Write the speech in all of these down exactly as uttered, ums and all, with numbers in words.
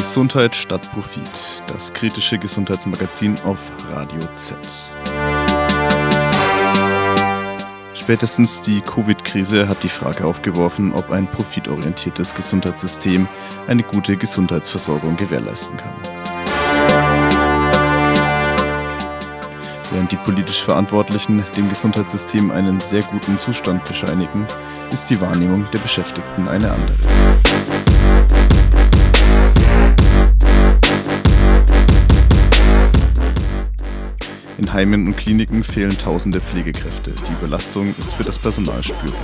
Gesundheit statt Profit, das kritische Gesundheitsmagazin auf Radio Z. Spätestens die Covid-Krise hat die Frage aufgeworfen, ob ein profitorientiertes Gesundheitssystem eine gute Gesundheitsversorgung gewährleisten kann. Während die politisch Verantwortlichen dem Gesundheitssystem einen sehr guten Zustand bescheinigen, ist die Wahrnehmung der Beschäftigten eine andere. In Heimen und Kliniken fehlen tausende Pflegekräfte. Die Überlastung ist für das Personal spürbar.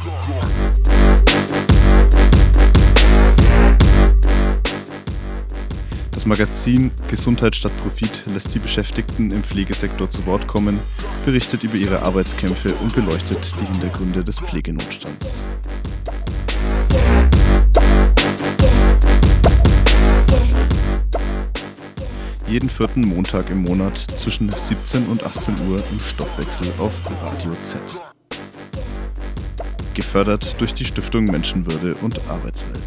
Das Magazin Gesundheit statt Profit lässt die Beschäftigten im Pflegesektor zu Wort kommen, berichtet über ihre Arbeitskämpfe und beleuchtet die Hintergründe des Pflegenotstands. Jeden vierten Montag im Monat zwischen siebzehn und achtzehn Uhr im Stoffwechsel auf Radio Z. Gefördert durch die Stiftung Menschenwürde und Arbeitswelt.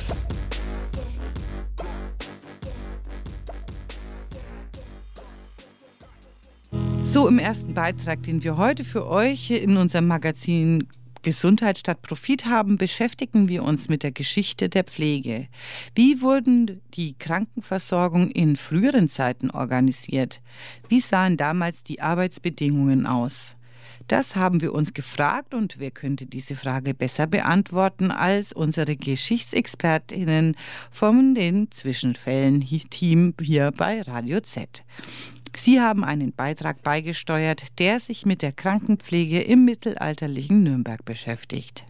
So, im ersten Beitrag, den wir heute für euch in unserem Magazin Gesundheit statt Profit haben, beschäftigen wir uns mit der Geschichte der Pflege. Wie wurden die Krankenversorgung in früheren Zeiten organisiert? Wie sahen damals die Arbeitsbedingungen aus? Das haben wir uns gefragt, und wer könnte diese Frage besser beantworten als unsere Geschichtsexpertinnen von den Zwischenfällen-Team hier bei Radio Z. Sie haben einen Beitrag beigesteuert, der sich mit der Krankenpflege im mittelalterlichen Nürnberg beschäftigt.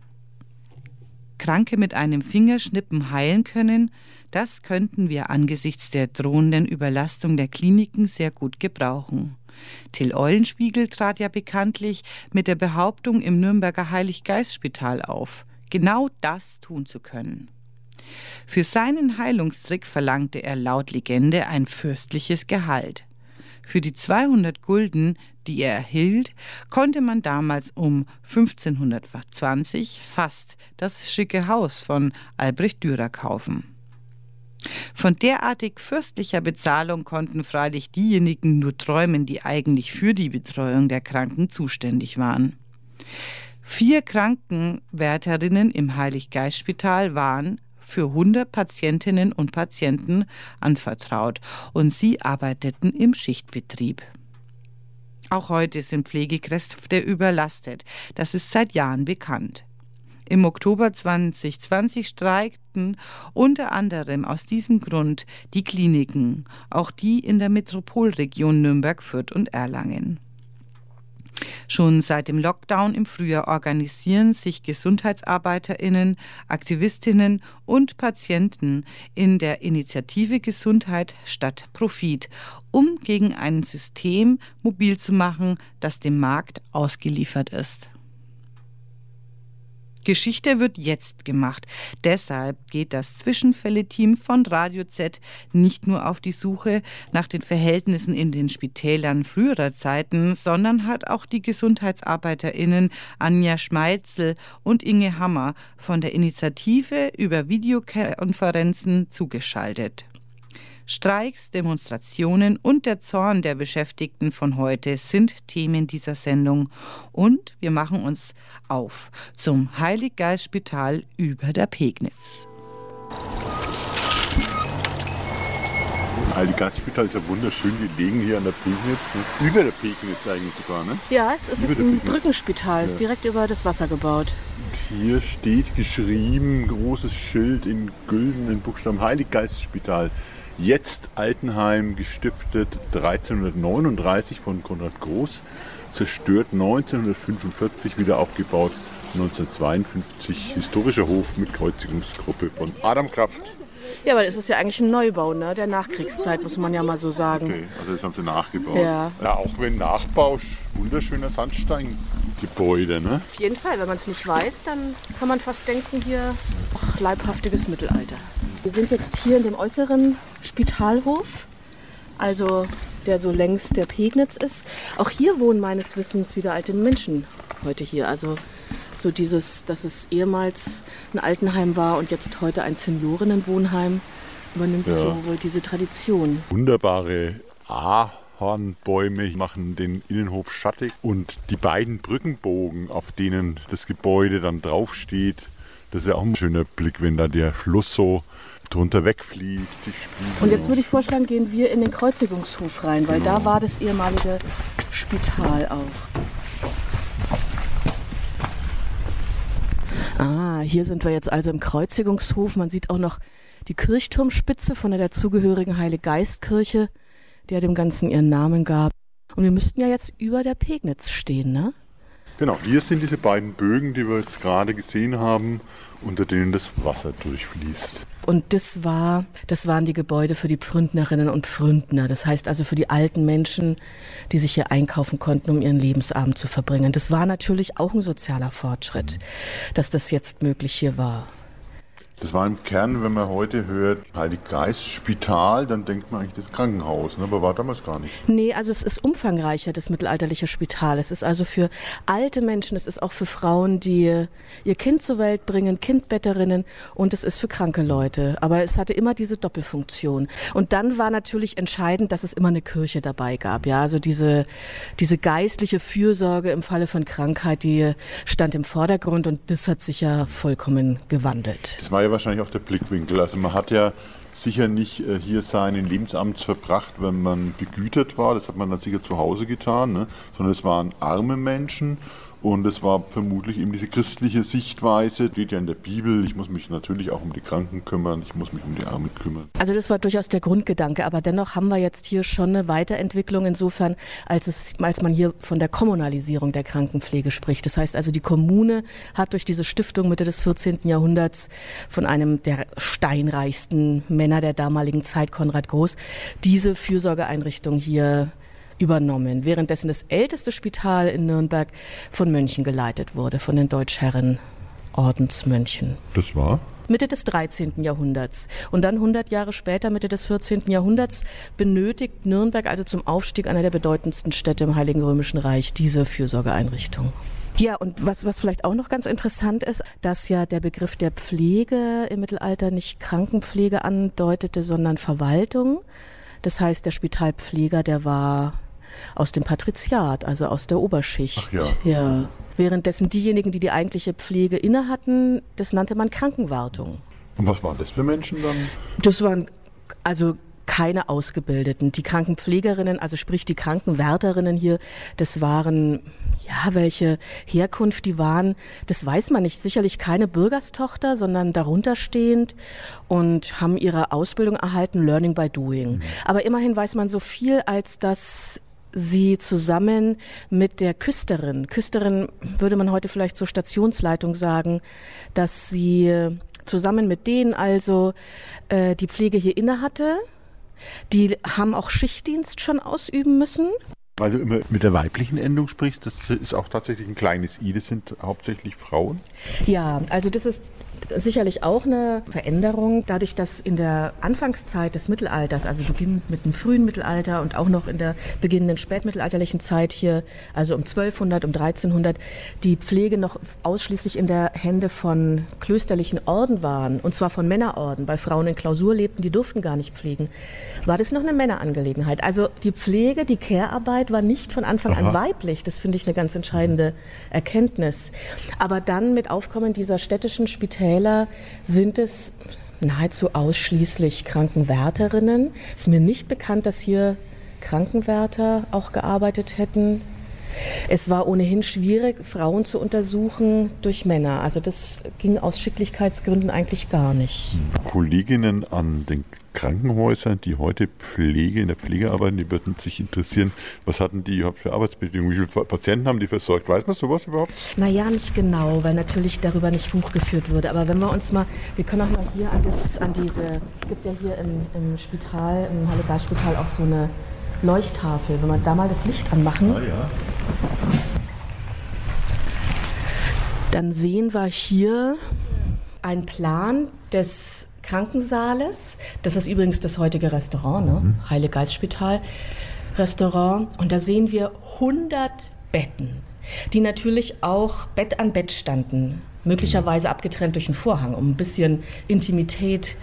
Kranke mit einem Fingerschnippen heilen können, das könnten wir angesichts der drohenden Überlastung der Kliniken sehr gut gebrauchen. Till Eulenspiegel trat ja bekanntlich mit der Behauptung im Nürnberger Heilig-Geist-Spital auf, genau das tun zu können. Für seinen Heilungstrick verlangte er laut Legende ein fürstliches Gehalt. Für die zweihundert Gulden, die er erhielt, konnte man damals um fünfzehnhundertzwanzig fast das schicke Haus von Albrecht Dürer kaufen. Von derartig fürstlicher Bezahlung konnten freilich diejenigen nur träumen, die eigentlich für die Betreuung der Kranken zuständig waren. Vier Krankenwärterinnen im Heilig-Geist-Spital waren für hundert Patientinnen und Patienten anvertraut, und sie arbeiteten im Schichtbetrieb. Auch heute sind Pflegekräfte überlastet. Das ist seit Jahren bekannt. Im Oktober zwanzig zwanzig streikten unter anderem aus diesem Grund die Kliniken, auch die in der Metropolregion Nürnberg, Fürth und Erlangen. Schon seit dem Lockdown im Frühjahr organisieren sich GesundheitsarbeiterInnen, Aktivistinnen und Patienten in der Initiative Gesundheit statt Profit, um gegen ein System mobil zu machen, das dem Markt ausgeliefert ist. Geschichte wird jetzt gemacht. Deshalb geht das Zwischenfälle-Team von Radio Z nicht nur auf die Suche nach den Verhältnissen in den Spitälern früherer Zeiten, sondern hat auch die GesundheitsarbeiterInnen Anja Schmeitzel und Inge Hammer von der Initiative über Videokonferenzen zugeschaltet. Streiks, Demonstrationen und der Zorn der Beschäftigten von heute sind Themen dieser Sendung. Und wir machen uns auf zum Heilig-Geist-Spital über der Pegnitz. Das Heilig-Geist-Spital ist ja wunderschön gelegen hier an der Pegnitz. Ne? Über der Pegnitz eigentlich sogar, ne? Ja, es ist ein Brückenspital, ist ja direkt über das Wasser gebaut. Hier steht geschrieben, großes Schild in güldenen Buchstaben, Heilig-Geist-Spital. Jetzt Altenheim, gestiftet dreizehnhundertneununddreißig von Konrad Groß, zerstört neunzehnhundertfünfundvierzig, wieder aufgebaut neunzehnhundertzweiundfünfzig, historischer Hof mit Kreuzigungsgruppe von Adam Kraft. Ja, aber das ist ja eigentlich ein Neubau, ne? Der Nachkriegszeit, muss man ja mal so sagen. Okay, also das haben sie nachgebaut. Ja. Ja, auch wenn Nachbau, wunderschöner Sandsteingebäude, ne? Auf jeden Fall, wenn man es nicht weiß, dann kann man fast denken, hier, ach, leibhaftiges Mittelalter. Wir sind jetzt hier in dem äußeren Spitalhof, also der so längs der Pegnitz ist. Auch hier wohnen meines Wissens wieder alte Menschen heute hier. Also so dieses, dass es ehemals ein Altenheim war und jetzt heute ein Seniorinnenwohnheim. übernimmt Ja. so wohl diese Tradition. Wunderbare Ahornbäume machen den Innenhof schattig. Und die beiden Brückenbogen, auf denen das Gebäude dann draufsteht, das ist ja auch ein schöner Blick, wenn da der Fluss so drunter wegfließt, sich spießt. Und jetzt würde ich vorschlagen, gehen wir in den Kreuzigungshof rein, weil da war das ehemalige Spital auch. Ah, hier sind wir jetzt also im Kreuzigungshof. Man sieht auch noch die Kirchturmspitze von der dazugehörigen Heiliggeistkirche, die ja dem Ganzen ihren Namen gab. Und wir müssten ja jetzt über der Pegnitz stehen, ne? Genau, hier sind diese beiden Bögen, die wir jetzt gerade gesehen haben, unter denen das Wasser durchfließt. Und das war, das waren die Gebäude für die Pfründnerinnen und Pfründner. Das heißt also für die alten Menschen, die sich hier einkaufen konnten, um ihren Lebensabend zu verbringen. Das war natürlich auch ein sozialer Fortschritt, dass das jetzt möglich hier war. Das war im Kern, wenn man heute hört, Heiliggeistspital, dann denkt man eigentlich das Krankenhaus, ne? Aber war damals gar nicht. Nee, also es ist umfangreicher, das mittelalterliche Spital. Es ist also für alte Menschen, es ist auch für Frauen, die ihr Kind zur Welt bringen, Kindbetterinnen, und es ist für kranke Leute. Aber es hatte immer diese Doppelfunktion. Und dann war natürlich entscheidend, dass es immer eine Kirche dabei gab. Ja, also diese, diese geistliche Fürsorge im Falle von Krankheit, die stand im Vordergrund, und das hat sich ja vollkommen gewandelt. Das war ja wahrscheinlich auch der Blickwinkel. Also man hat ja sicher nicht äh, hier seinen Lebensabend verbracht, wenn man begütert war. Das hat man dann sicher zu Hause getan, ne? Sondern es waren arme Menschen. Und es war vermutlich eben diese christliche Sichtweise, steht ja in der Bibel, ich muss mich natürlich auch um die Kranken kümmern, ich muss mich um die Armen kümmern. Also das war durchaus der Grundgedanke, aber dennoch haben wir jetzt hier schon eine Weiterentwicklung insofern, als, es, als man hier von der Kommunalisierung der Krankenpflege spricht. Das heißt also, die Kommune hat durch diese Stiftung Mitte des vierzehnten Jahrhunderts von einem der steinreichsten Männer der damaligen Zeit, Konrad Groß, diese Fürsorgeeinrichtung hier übernommen, währenddessen das älteste Spital in Nürnberg von Mönchen geleitet wurde, von den Deutschherren Ordensmönchen. Das war? Mitte des dreizehnten Jahrhunderts. Und dann hundert Jahre später, Mitte des vierzehnten Jahrhunderts, benötigt Nürnberg also zum Aufstieg einer der bedeutendsten Städte im Heiligen Römischen Reich diese Fürsorgeeinrichtung. Ja, und was, was vielleicht auch noch ganz interessant ist, dass ja der Begriff der Pflege im Mittelalter nicht Krankenpflege andeutete, sondern Verwaltung. Das heißt, der Spitalpfleger, der war aus dem Patriziat, also aus der Oberschicht. Ach ja. Ja. Währenddessen diejenigen, die die eigentliche Pflege inne hatten, das nannte man Krankenwartung. Und was waren das für Menschen dann? Das waren also keine Ausgebildeten. Die Krankenpflegerinnen, also sprich die Krankenwärterinnen hier, das waren, ja, welche Herkunft die waren, das weiß man nicht. Sicherlich keine Bürgerstochter, sondern darunterstehend, und haben ihre Ausbildung erhalten, Learning by Doing. Mhm. Aber immerhin weiß man so viel, als dass sie zusammen mit der Küsterin, Küsterin würde man heute vielleicht zur Stationsleitung sagen, dass sie zusammen mit denen also äh, die Pflege hier inne hatte. Die haben auch Schichtdienst schon ausüben müssen. Weil du immer mit der weiblichen Endung sprichst, das ist auch tatsächlich ein kleines I, das sind hauptsächlich Frauen? Ja, also das ist sicherlich auch eine Veränderung, dadurch, dass in der Anfangszeit des Mittelalters, also beginnend mit dem frühen Mittelalter und auch noch in der beginnenden spätmittelalterlichen Zeit hier, also um zwölfhundert, um dreizehnhundert, die Pflege noch ausschließlich in der Hände von klösterlichen Orden waren, und zwar von Männerorden, weil Frauen in Klausur lebten, die durften gar nicht pflegen, war das noch eine Männerangelegenheit. Also die Pflege, die Care-Arbeit war nicht von Anfang Aha. an weiblich, das finde ich eine ganz entscheidende Erkenntnis. Aber dann mit Aufkommen dieser städtischen Spitäler sind es nahezu ausschließlich Krankenwärterinnen. Es ist mir nicht bekannt, dass hier Krankenwärter auch gearbeitet hätten. Es war ohnehin schwierig, Frauen zu untersuchen durch Männer. Also das ging aus Schicklichkeitsgründen eigentlich gar nicht. Kolleginnen an den Krankenhäusern, die heute Pflege in der Pflege arbeiten, die würden sich interessieren, was hatten die überhaupt für Arbeitsbedingungen? Wie viele Patienten haben die versorgt? Weiß man sowas überhaupt? Naja, nicht genau, weil natürlich darüber nicht Buch geführt wurde. Aber wenn wir uns mal, wir können auch mal hier an, das, an diese, es gibt ja hier im, im Spital, im Heiliggeistspital auch so eine Leuchttafel. Wenn wir da mal das Licht anmachen, ah, ja. dann sehen wir hier einen Plan des Krankensaales. Das ist übrigens das heutige Restaurant, ne? Mhm. Heiliggeistspital Restaurant. Und da sehen wir hundert Betten, die natürlich auch Bett an Bett standen, möglicherweise abgetrennt durch einen Vorhang, um ein bisschen Intimität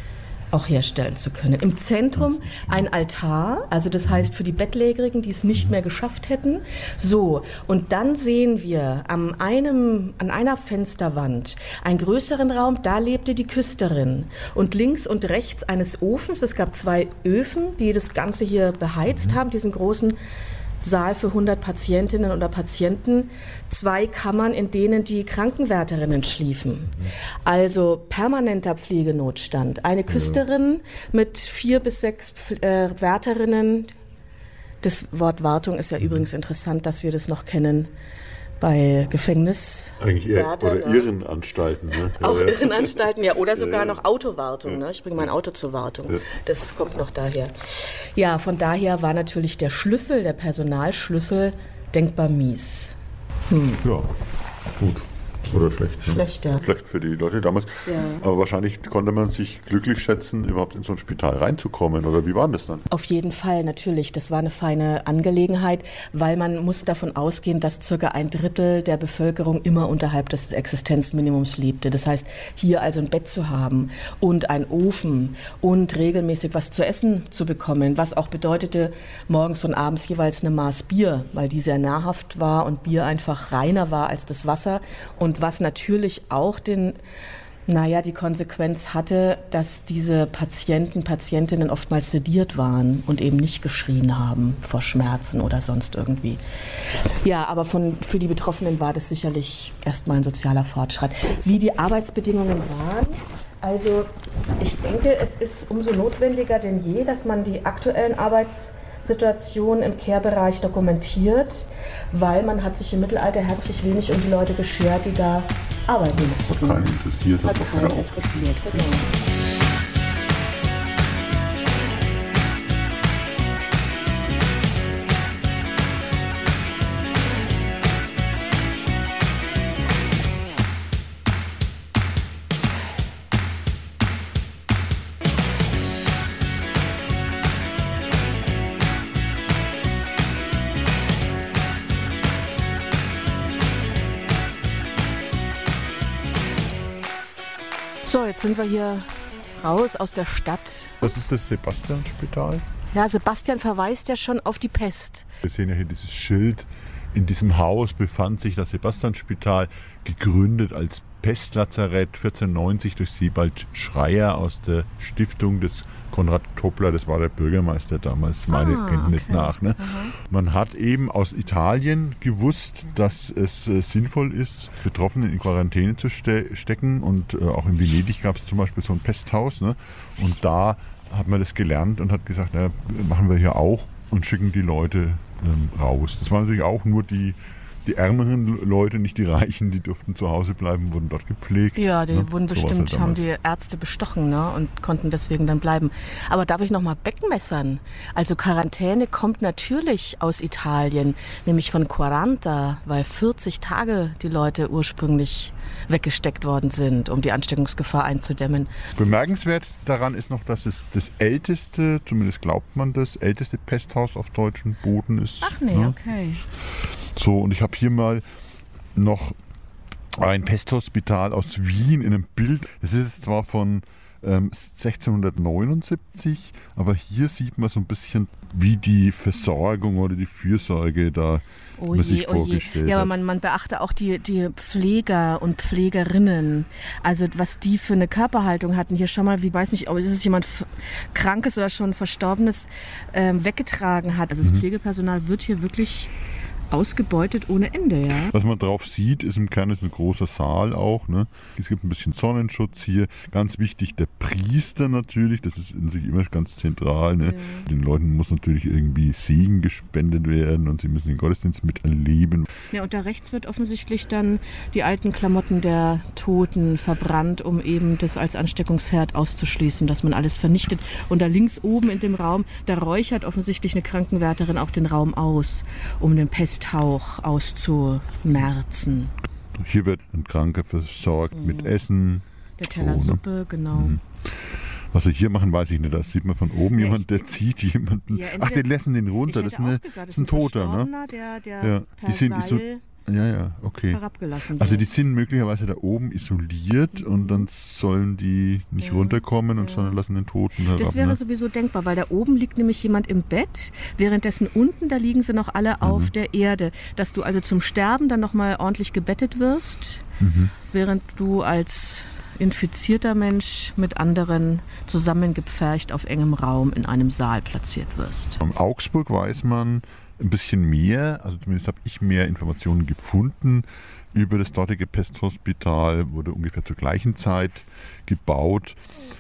auch herstellen zu können. Im Zentrum ein Altar, also das heißt für die Bettlägerigen, die es nicht mehr geschafft hätten. So, und dann sehen wir an, einem, an einer Fensterwand einen größeren Raum, da lebte die Küsterin. Und links und rechts eines Ofens, es gab zwei Öfen, die das Ganze hier beheizt haben, diesen großen Saal für hundert Patientinnen oder Patienten, zwei Kammern, in denen die Krankenwärterinnen schliefen. Also permanenter Pflegenotstand. Eine Küsterin mit vier bis sechs äh, Wärterinnen. Das Wort Wartung ist ja übrigens interessant, dass wir das noch kennen bei Gefängnis. Eigentlich eher Wärter, oder ne? Irrenanstalten. Ne? Auch ja, ja. Irrenanstalten, ja. Oder sogar ja, ja. noch Autowartung. Ne? Ich bringe mein Auto zur Wartung. Ja. Das kommt noch daher. Ja, von daher war natürlich der Schlüssel, der Personalschlüssel, denkbar mies. Hm. Ja, gut. Oder schlecht. Ne? Schlecht, ja. Schlecht für die Leute damals. Ja. Aber wahrscheinlich konnte man sich glücklich schätzen, überhaupt in so ein Spital reinzukommen. Oder wie war das dann? Auf jeden Fall, natürlich. Das war eine feine Angelegenheit, weil man muss davon ausgehen, dass circa ein Drittel der Bevölkerung immer unterhalb des Existenzminimums lebte. Das heißt, hier also ein Bett zu haben und einen Ofen und regelmäßig was zu essen zu bekommen, was auch bedeutete, morgens und abends jeweils eine Maß Bier, weil die sehr nahrhaft war und Bier einfach reiner war als das Wasser. Und was natürlich auch den, naja, die Konsequenz hatte, dass diese Patienten, Patientinnen oftmals sediert waren und eben nicht geschrien haben vor Schmerzen oder sonst irgendwie. Ja, aber von, für die Betroffenen war das sicherlich erstmal ein sozialer Fortschritt. Wie die Arbeitsbedingungen waren, also ich denke, es ist umso notwendiger denn je, dass man die aktuellen Arbeitssituationen im Care-Bereich dokumentiert, weil man hat sich im Mittelalter herzlich wenig um die Leute geschert, die da arbeiten mussten. Hat keinen interessiert. Hat keinen interessiert, genau. So, jetzt sind wir hier raus aus der Stadt. Das ist das Sebastianspital. Ja, Sebastian verweist ja schon auf die Pest. Wir sehen ja hier dieses Schild. In diesem Haus befand sich das Sebastianspital, gegründet als Pestlazarett vierzehnhundertneunzig durch Sebald Schreier aus der Stiftung des Konrad Toppler, das war der Bürgermeister damals, meiner ah, Kenntnis okay. nach. Ne? Man hat eben aus Italien gewusst, dass es äh, sinnvoll ist, Betroffene in Quarantäne zu ste- stecken. Und äh, auch in Venedig gab es zum Beispiel so ein Pesthaus. Ne? Und da hat man das gelernt und hat gesagt, na, machen wir hier auch und schicken die Leute ähm, raus. Das waren natürlich auch nur die Die ärmeren Leute, nicht die Reichen, die durften zu Hause bleiben, wurden dort gepflegt. Ja, die ne? wurden So bestimmt, halt haben die Ärzte bestochen, ne? Und konnten deswegen dann bleiben. Aber darf ich noch mal Beckmessern? Also Quarantäne kommt natürlich aus Italien, nämlich von quaranta, weil vierzig Tage die Leute ursprünglich weggesteckt worden sind, um die Ansteckungsgefahr einzudämmen. Bemerkenswert daran ist noch, dass es das älteste, zumindest glaubt man das, älteste Pesthaus auf deutschem Boden ist. Ach nee, ne? okay. So, und ich habe hier mal noch ein Pesthospital aus Wien in einem Bild. Das ist jetzt zwar von ähm, sechzehnhundertneunundsiebzig, aber hier sieht man so ein bisschen, wie die Versorgung oder die Fürsorge da Oh man sich je, oh vorgestellt je. Ja, aber hat. man, man beachte auch die, die Pfleger und Pflegerinnen. Also was die für eine Körperhaltung hatten. Hier schon mal, wie weiß nicht, ob es jemand f- Krankes oder schon Verstorbenes ähm, weggetragen hat. Also das Mhm. Pflegepersonal wird hier wirklich ausgebeutet ohne Ende, ja. Was man drauf sieht, ist im Kern ist ein großer Saal auch. Ne? Es gibt ein bisschen Sonnenschutz hier. Ganz wichtig, der Priester natürlich. Das ist natürlich immer ganz zentral. Ne? Ja. Den Leuten muss natürlich irgendwie Segen gespendet werden und sie müssen den Gottesdienst miterleben. Ja, und da rechts wird offensichtlich dann die alten Klamotten der Toten verbrannt, um eben das als Ansteckungsherd auszuschließen, dass man alles vernichtet. Und da links oben in dem Raum, da räuchert offensichtlich eine Krankenwärterin auch den Raum aus, um den Pest Hauch auszumerzen. Hier wird ein Kranker versorgt mhm. mit Essen. Der Teller so, Suppe, ne? genau. Mhm. Was sie hier machen, weiß ich nicht. Das sieht man von oben ja, jemand, der zieht jemanden. Ja, Ach, den lassen den runter. Das ist, eine, gesagt, das ist ein Toter, ne? Der, der ja. Die sind Seil so, ja, ja, okay. herabgelassen wird. Also die sind möglicherweise da oben isoliert mhm. und dann sollen die nicht ja. runterkommen und ja. sondern lassen den Toten herab. Das wäre ne? sowieso denkbar, weil da oben liegt nämlich jemand im Bett, währenddessen unten, da liegen sie noch alle mhm. auf der Erde. Dass du also zum Sterben dann nochmal ordentlich gebettet wirst, mhm. während du als infizierter Mensch mit anderen zusammengepfercht auf engem Raum in einem Saal platziert wirst. In Augsburg weiß man ein bisschen mehr, also zumindest habe ich mehr Informationen gefunden über das dortige Pesthospital, wurde ungefähr zur gleichen Zeit gebaut.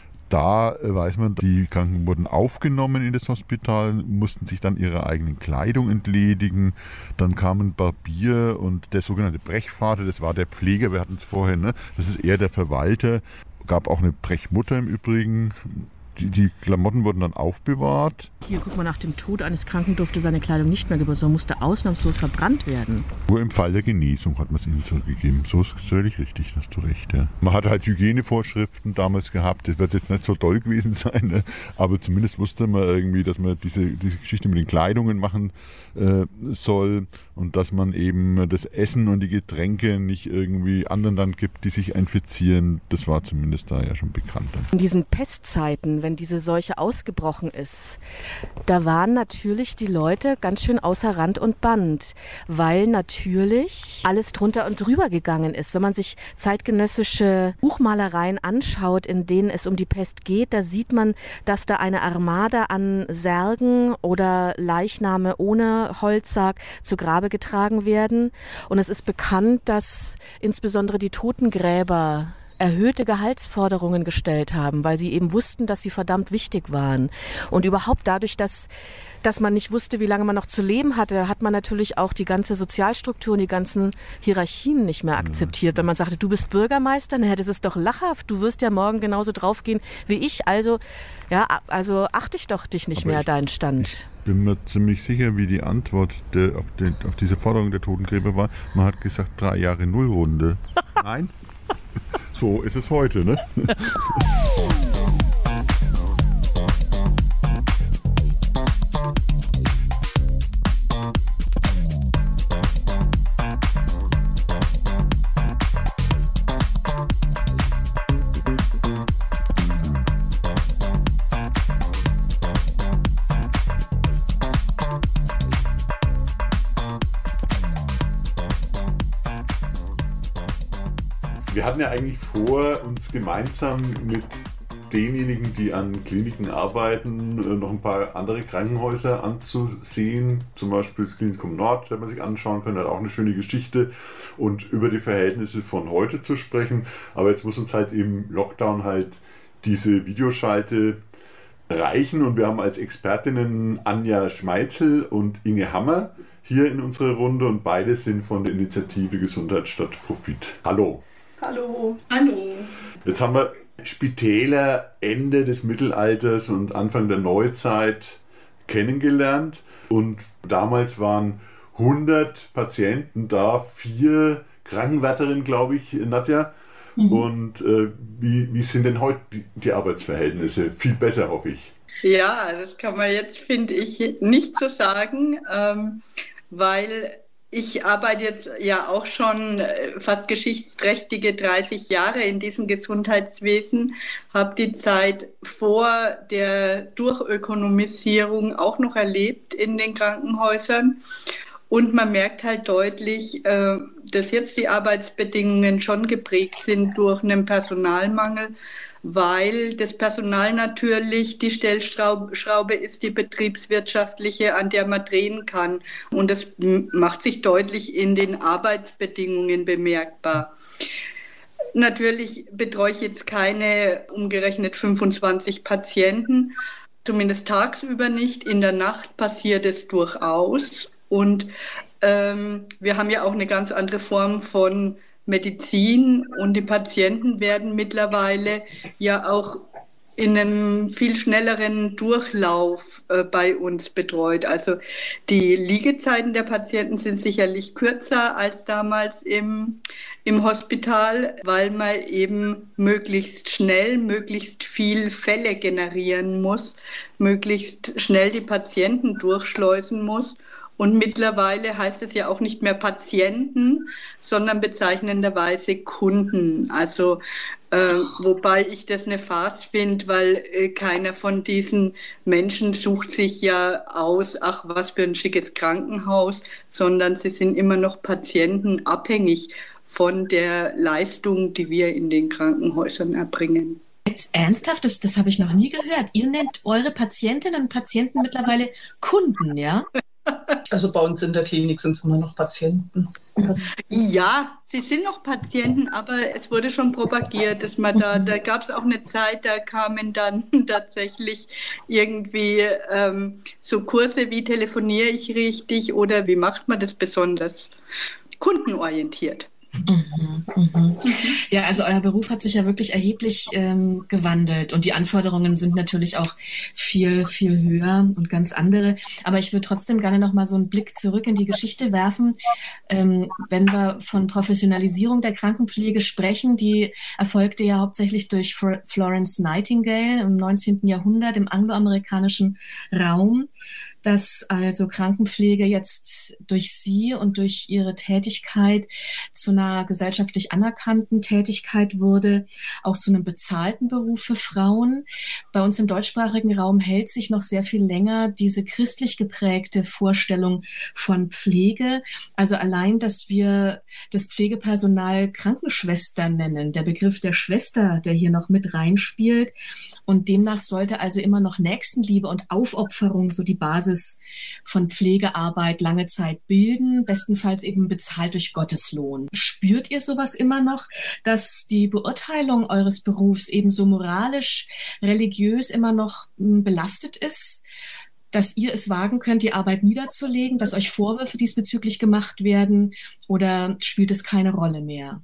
Da weiß man, die Kranken wurden aufgenommen in das Hospital, mussten sich dann ihrer eigenen Kleidung entledigen. Dann kamen Barbier und der sogenannte Brechvater, das war der Pfleger, wir hatten es vorher, ne? Das ist eher der Verwalter. Gab auch eine Brechmutter im Übrigen. Die, die Klamotten wurden dann aufbewahrt. Hier, guck mal, nach dem Tod eines Kranken durfte seine Kleidung nicht mehr gebraucht, sondern musste ausnahmslos verbrannt werden. Nur im Fall der Genesung hat man es ihnen zurückgegeben. So ist völlig richtig, das hast du recht. Ja. Man hatte halt Hygienevorschriften damals gehabt. Das wird jetzt nicht so toll gewesen sein, ne? Aber zumindest wusste man irgendwie, dass man diese, diese Geschichte mit den Kleidungen machen äh, soll und dass man eben das Essen und die Getränke nicht irgendwie anderen dann gibt, die sich infizieren. Das war zumindest da ja schon bekannt. In diesen Pestzeiten, wenn diese Seuche ausgebrochen ist, da waren natürlich die Leute ganz schön außer Rand und Band, weil natürlich alles drunter und drüber gegangen ist. Wenn man sich zeitgenössische Buchmalereien anschaut, in denen es um die Pest geht, da sieht man, dass da eine Armada an Särgen oder Leichname ohne Holzsarg zu Grabe getragen werden. Und es ist bekannt, dass insbesondere die Totengräber erhöhte Gehaltsforderungen gestellt haben, weil sie eben wussten, dass sie verdammt wichtig waren. Und überhaupt dadurch, dass, dass man nicht wusste, wie lange man noch zu leben hatte, hat man natürlich auch die ganze Sozialstruktur und die ganzen Hierarchien nicht mehr akzeptiert. Wenn man sagte, du bist Bürgermeister, naja, das ist doch lachhaft, du wirst ja morgen genauso draufgehen wie ich, also, ja, also achte ich doch dich nicht Aber mehr, ich, deinen Stand. Ich bin mir ziemlich sicher, wie die Antwort der, auf, den, auf diese Forderung der Totengräber war. Man hat gesagt, drei Jahre Nullrunde. Nein? So ist es heute, ne? Wir hatten ja eigentlich vor, uns gemeinsam mit denjenigen, die an Kliniken arbeiten, noch ein paar andere Krankenhäuser anzusehen. Zum Beispiel das Klinikum Nord, das man sich anschauen kann, hat auch eine schöne Geschichte und über die Verhältnisse von heute zu sprechen. Aber jetzt muss uns halt im Lockdown halt diese Videoschalte reichen und wir haben als Expertinnen Anja Schmeitzel und Inge Hammer hier in unserer Runde und beide sind von der Initiative Gesundheit statt Profit. Hallo. Hallo. Hallo. Jetzt haben wir Spitäler Ende des Mittelalters und Anfang der Neuzeit kennengelernt und damals waren hundert Patienten da, vier Krankenwärterinnen, glaube ich, Nadja. Mhm. Und äh, wie, wie sind denn heute die, die Arbeitsverhältnisse? Viel besser, hoffe ich. Ja, das kann man jetzt, finde ich, nicht so sagen, ähm, weil ich arbeite jetzt ja auch schon fast geschichtsträchtige dreißig Jahre in diesem Gesundheitswesen, habe die Zeit vor der Durchökonomisierung auch noch erlebt in den Krankenhäusern. Und man merkt halt deutlich, dass jetzt die Arbeitsbedingungen schon geprägt sind durch einen Personalmangel, weil das Personal natürlich die Stellschraube ist, die betriebswirtschaftliche, an der man drehen kann. Und das macht sich deutlich in den Arbeitsbedingungen bemerkbar. Natürlich betreue ich jetzt keine umgerechnet fünfundzwanzig Patienten, zumindest tagsüber nicht. In der Nacht passiert es durchaus. Und ähm, wir haben ja auch eine ganz andere Form von Medizin und die Patienten werden mittlerweile ja auch in einem viel schnelleren Durchlauf äh, bei uns betreut. Also die Liegezeiten der Patienten sind sicherlich kürzer als damals im, im Hospital, weil man eben möglichst schnell, möglichst viel Fälle generieren muss, möglichst schnell die Patienten durchschleusen muss. Und mittlerweile heißt es ja auch nicht mehr Patienten, sondern bezeichnenderweise Kunden. Also äh, wobei ich das eine Farce finde, weil äh, keiner von diesen Menschen sucht sich ja aus, ach, was für ein schickes Krankenhaus, sondern sie sind immer noch Patienten, abhängig von der Leistung, die wir in den Krankenhäusern erbringen. Jetzt ernsthaft, das, das habe ich noch nie gehört. Ihr nennt eure Patientinnen und Patienten mittlerweile Kunden, ja? Also bei uns in der Klinik sind es immer noch Patienten. Ja, sie sind noch Patienten, aber es wurde schon propagiert, dass man da, da gab es auch eine Zeit, da kamen dann tatsächlich irgendwie ähm, so Kurse, wie telefoniere ich richtig oder wie macht man das besonders kundenorientiert. Mhm, mhm. Ja, also euer Beruf hat sich ja wirklich erheblich ähm, gewandelt und die Anforderungen sind natürlich auch viel, viel höher und ganz andere. Aber ich würde trotzdem gerne noch mal so einen Blick zurück in die Geschichte werfen. Ähm, wenn wir von Professionalisierung der Krankenpflege sprechen, die erfolgte ja hauptsächlich durch Florence Nightingale im neunzehnten Jahrhundert im angloamerikanischen Raum, dass also Krankenpflege jetzt durch sie und durch ihre Tätigkeit zu einer gesellschaftlich anerkannten Tätigkeit wurde, auch zu einem bezahlten Beruf für Frauen. Bei uns im deutschsprachigen Raum hält sich noch sehr viel länger diese christlich geprägte Vorstellung von Pflege. Also allein, dass wir das Pflegepersonal Krankenschwester nennen, der Begriff der Schwester, der hier noch mit reinspielt. Und demnach sollte also immer noch Nächstenliebe und Aufopferung so die Basis von Pflegearbeit lange Zeit bilden, bestenfalls eben bezahlt durch Gotteslohn. Spürt ihr sowas immer noch, dass die Beurteilung eures Berufs ebenso moralisch, religiös immer noch m, belastet ist, dass ihr es wagen könnt, die Arbeit niederzulegen, dass euch Vorwürfe diesbezüglich gemacht werden oder spielt es keine Rolle mehr?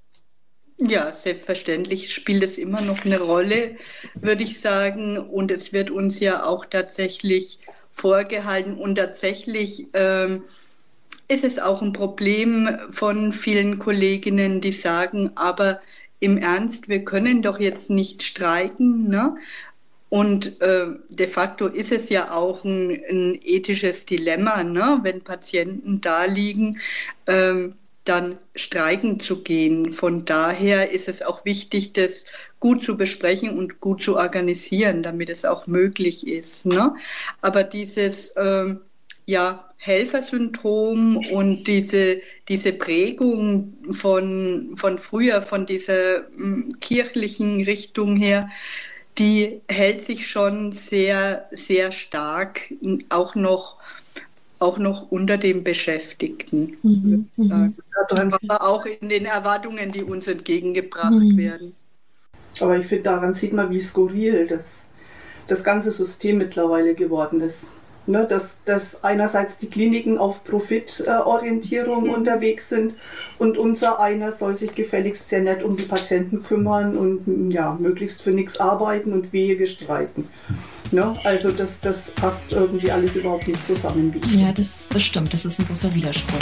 Ja, selbstverständlich spielt es immer noch eine Rolle, würde ich sagen. Und es wird uns ja auch tatsächlich vorgehalten. Und tatsächlich ähm, ist es auch ein Problem von vielen Kolleginnen, die sagen, aber im Ernst, wir können doch jetzt nicht streiken, ne? Und äh, de facto ist es ja auch ein, ein ethisches Dilemma, ne? Wenn Patienten da liegen, ähm, dann streiken zu gehen. Von daher ist es auch wichtig, das gut zu besprechen und gut zu organisieren, damit es auch möglich ist, ne? Aber dieses ähm, ja, Helfersyndrom und diese, diese Prägung von, von früher, von dieser m, kirchlichen Richtung her, die hält sich schon sehr, sehr stark, auch noch auch noch unter den Beschäftigten, Mhm, würde ich sagen. mhm. Aber auch in den Erwartungen, die uns entgegengebracht Mhm. werden. Aber ich finde, daran sieht man, wie skurril das, das ganze System mittlerweile geworden ist. Ne, dass, dass einerseits die Kliniken auf Profitorientierung Mhm. unterwegs sind und unser einer soll sich gefälligst sehr nett um die Patienten kümmern und ja, möglichst für nichts arbeiten und wehe wir streiten. Ne? Also das, das passt irgendwie alles überhaupt nicht zusammen. Wie ich Ja, das, das stimmt. Das ist ein großer Widerspruch.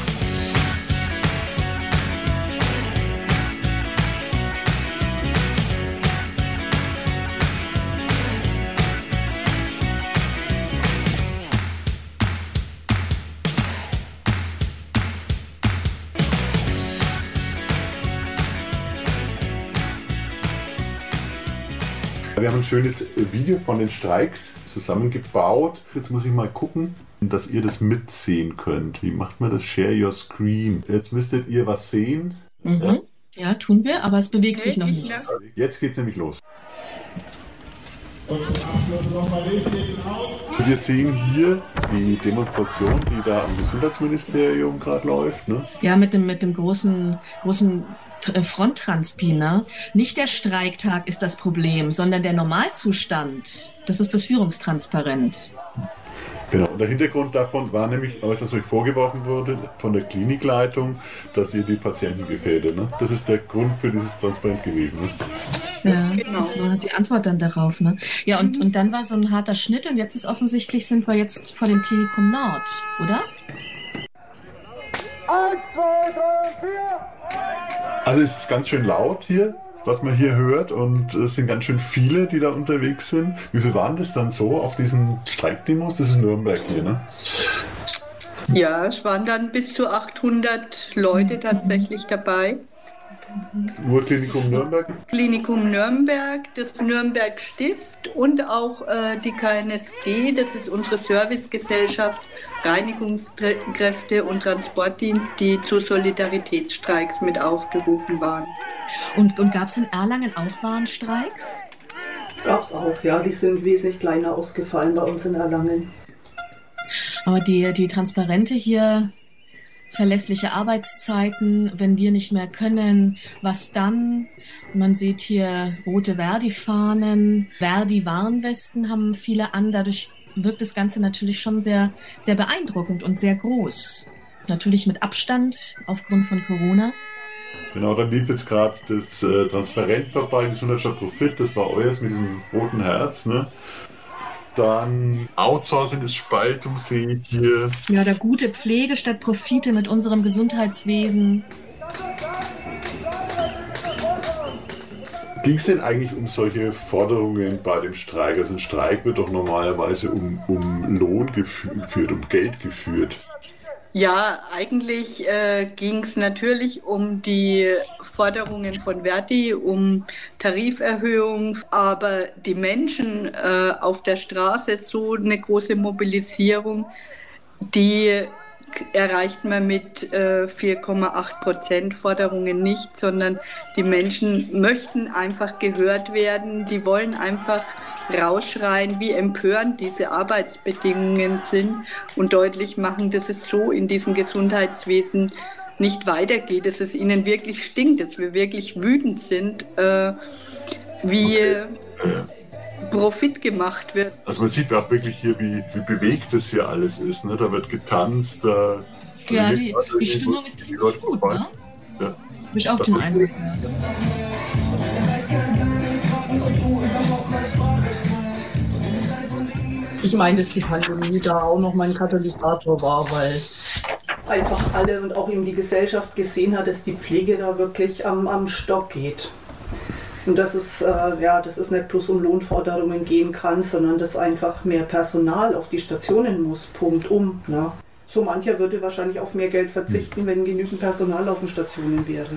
Wir haben ein schönes Video von den Streiks zusammengebaut. Jetzt muss ich mal gucken, dass ihr das mitsehen könnt. Wie macht man das? Share your screen. Jetzt müsstet ihr was sehen. Mhm. Ja, tun wir, aber es bewegt sich noch Ich, nichts. ne? Jetzt geht's nämlich los. Wir sehen hier die Demonstration, die da am Gesundheitsministerium gerade läuft. Ne? Ja, mit dem, mit dem großen, großen T- Fronttranspi, nicht der Streiktag ist das Problem, sondern der Normalzustand. Das ist das Führungstransparent. Genau, und der Hintergrund davon war nämlich, euch, dass euch vorgeworfen wurde von der Klinikleitung, dass ihr die Patienten gefährdet. Ne? Das ist der Grund für dieses Transparent gewesen. Ne? Ja, Genau. das war die Antwort dann darauf. Ne? Ja, und, und dann war so ein harter Schnitt und jetzt ist offensichtlich, sind wir jetzt vor dem Klinikum Nord, oder? Also es ist ganz schön laut hier, was man hier hört, und es sind ganz schön viele, die da unterwegs sind. Wie viel waren das dann so auf diesen Streikdemos? Das ist Nürnberg hier, ne? Ja, es waren dann bis zu achthundert Leute tatsächlich dabei. Nur Klinikum Nürnberg? Klinikum Nürnberg, das Nürnberg Stift und auch äh, die K N S G, das ist unsere Servicegesellschaft, Reinigungskräfte und Transportdienst, die zu Solidaritätsstreiks mit aufgerufen waren. Und, und gab es in Erlangen auch Warnstreiks? Gab es auch, ja. Die sind wesentlich kleiner ausgefallen bei uns in Erlangen. Aber die, die Transparente hier, verlässliche Arbeitszeiten, wenn wir nicht mehr können, was dann? Man sieht hier rote Verdi-Fahnen, Verdi-Warnwesten haben viele an. Dadurch wirkt das Ganze natürlich schon sehr, sehr beeindruckend und sehr groß. Natürlich mit Abstand aufgrund von Corona. Genau, dann lief jetzt gerade das äh, Transparent vorbei, Gesundheit statt Profit, das war euers mit diesem roten Herz, ne? Dann Outsourcing ist Spaltung, sehe ich hier. Ja, der gute Pflege statt Profite mit unserem Gesundheitswesen. Ging es denn eigentlich um solche Forderungen bei dem Streik? Also ein Streik wird doch normalerweise um, um Lohn geführt, um Geld geführt. Ja, eigentlich äh, ging es natürlich um die Forderungen von Verdi, um Tariferhöhung, aber die Menschen äh, auf der Straße, so eine große Mobilisierung, die erreicht man mit äh, vier Komma acht Prozent Forderungen nicht, sondern die Menschen möchten einfach gehört werden, die wollen einfach rausschreien, wie empörend diese Arbeitsbedingungen sind und deutlich machen, dass es so in diesem Gesundheitswesen nicht weitergeht, dass es ihnen wirklich stinkt, dass wir wirklich wütend sind, äh, wie Profit gemacht wird. Also man sieht auch wirklich hier, wie, wie bewegt das hier alles ist. Ne? Da wird getanzt. Da ja, die, die Stimmung ist ziemlich gut, ne? Ja. Habe ich auch den Eindruck. Ich meine, dass die Pandemie da auch noch mal ein Katalysator war, weil einfach alle und auch eben die Gesellschaft gesehen hat, dass die Pflege da wirklich am, am Stock geht. Und dass es, äh, ja, dass es nicht bloß um Lohnforderungen gehen kann, sondern dass einfach mehr Personal auf die Stationen muss, Punkt um. Ne? So mancher würde wahrscheinlich auf mehr Geld verzichten, wenn genügend Personal auf den Stationen wäre.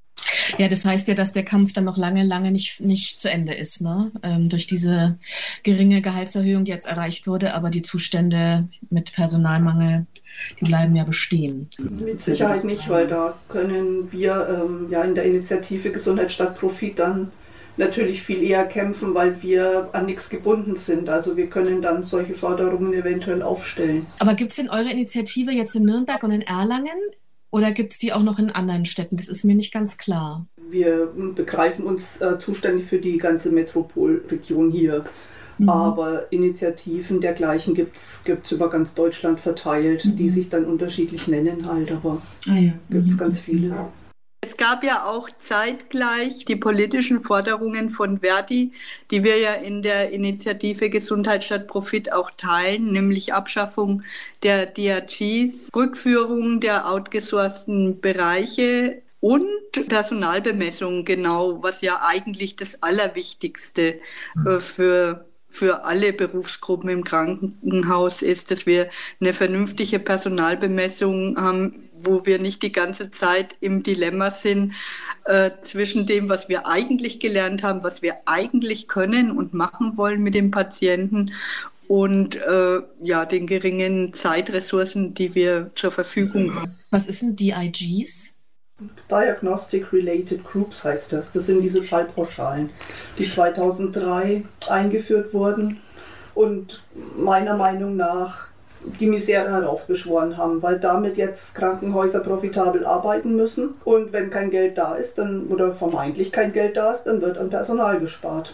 Ja, das heißt ja, dass der Kampf dann noch lange, lange nicht, nicht zu Ende ist, ne? Ähm, durch diese geringe Gehaltserhöhung, die jetzt erreicht wurde, aber die Zustände mit Personalmangel, die bleiben ja bestehen. Mit Sicherheit nicht, weil da können wir ähm, ja in der Initiative Gesundheit statt Profit dann natürlich viel eher kämpfen, weil wir an nichts gebunden sind. Also wir können dann solche Forderungen eventuell aufstellen. Aber gibt es denn eure Initiative jetzt in Nürnberg und in Erlangen? Oder gibt es die auch noch in anderen Städten? Das ist mir nicht ganz klar. Wir begreifen uns äh, zuständig für die ganze Metropolregion hier. Mhm. Aber Initiativen dergleichen gibt es über ganz Deutschland verteilt, mhm. die sich dann unterschiedlich nennen halt. Aber ah, ja. gibt es mhm. ganz viele. Es gab ja auch zeitgleich die politischen Forderungen von Verdi, die wir ja in der Initiative Gesundheit statt Profit auch teilen, nämlich Abschaffung der D R Gs, Rückführung der outgesourcten Bereiche und Personalbemessung, genau, was ja eigentlich das Allerwichtigste äh, für für alle Berufsgruppen im Krankenhaus ist, dass wir eine vernünftige Personalbemessung haben, wo wir nicht die ganze Zeit im Dilemma sind äh, zwischen dem, was wir eigentlich gelernt haben, was wir eigentlich können und machen wollen mit dem Patienten und äh, ja, den geringen Zeitressourcen, die wir zur Verfügung haben. Was ist denn D I Gs? Diagnostic Related Groups heißt das. Das sind diese Fallpauschalen, die zweitausenddrei eingeführt wurden und meiner Meinung nach die Misere heraufbeschworen haben, weil damit jetzt Krankenhäuser profitabel arbeiten müssen und wenn kein Geld da ist, dann oder vermeintlich kein Geld da ist, dann wird an Personal gespart.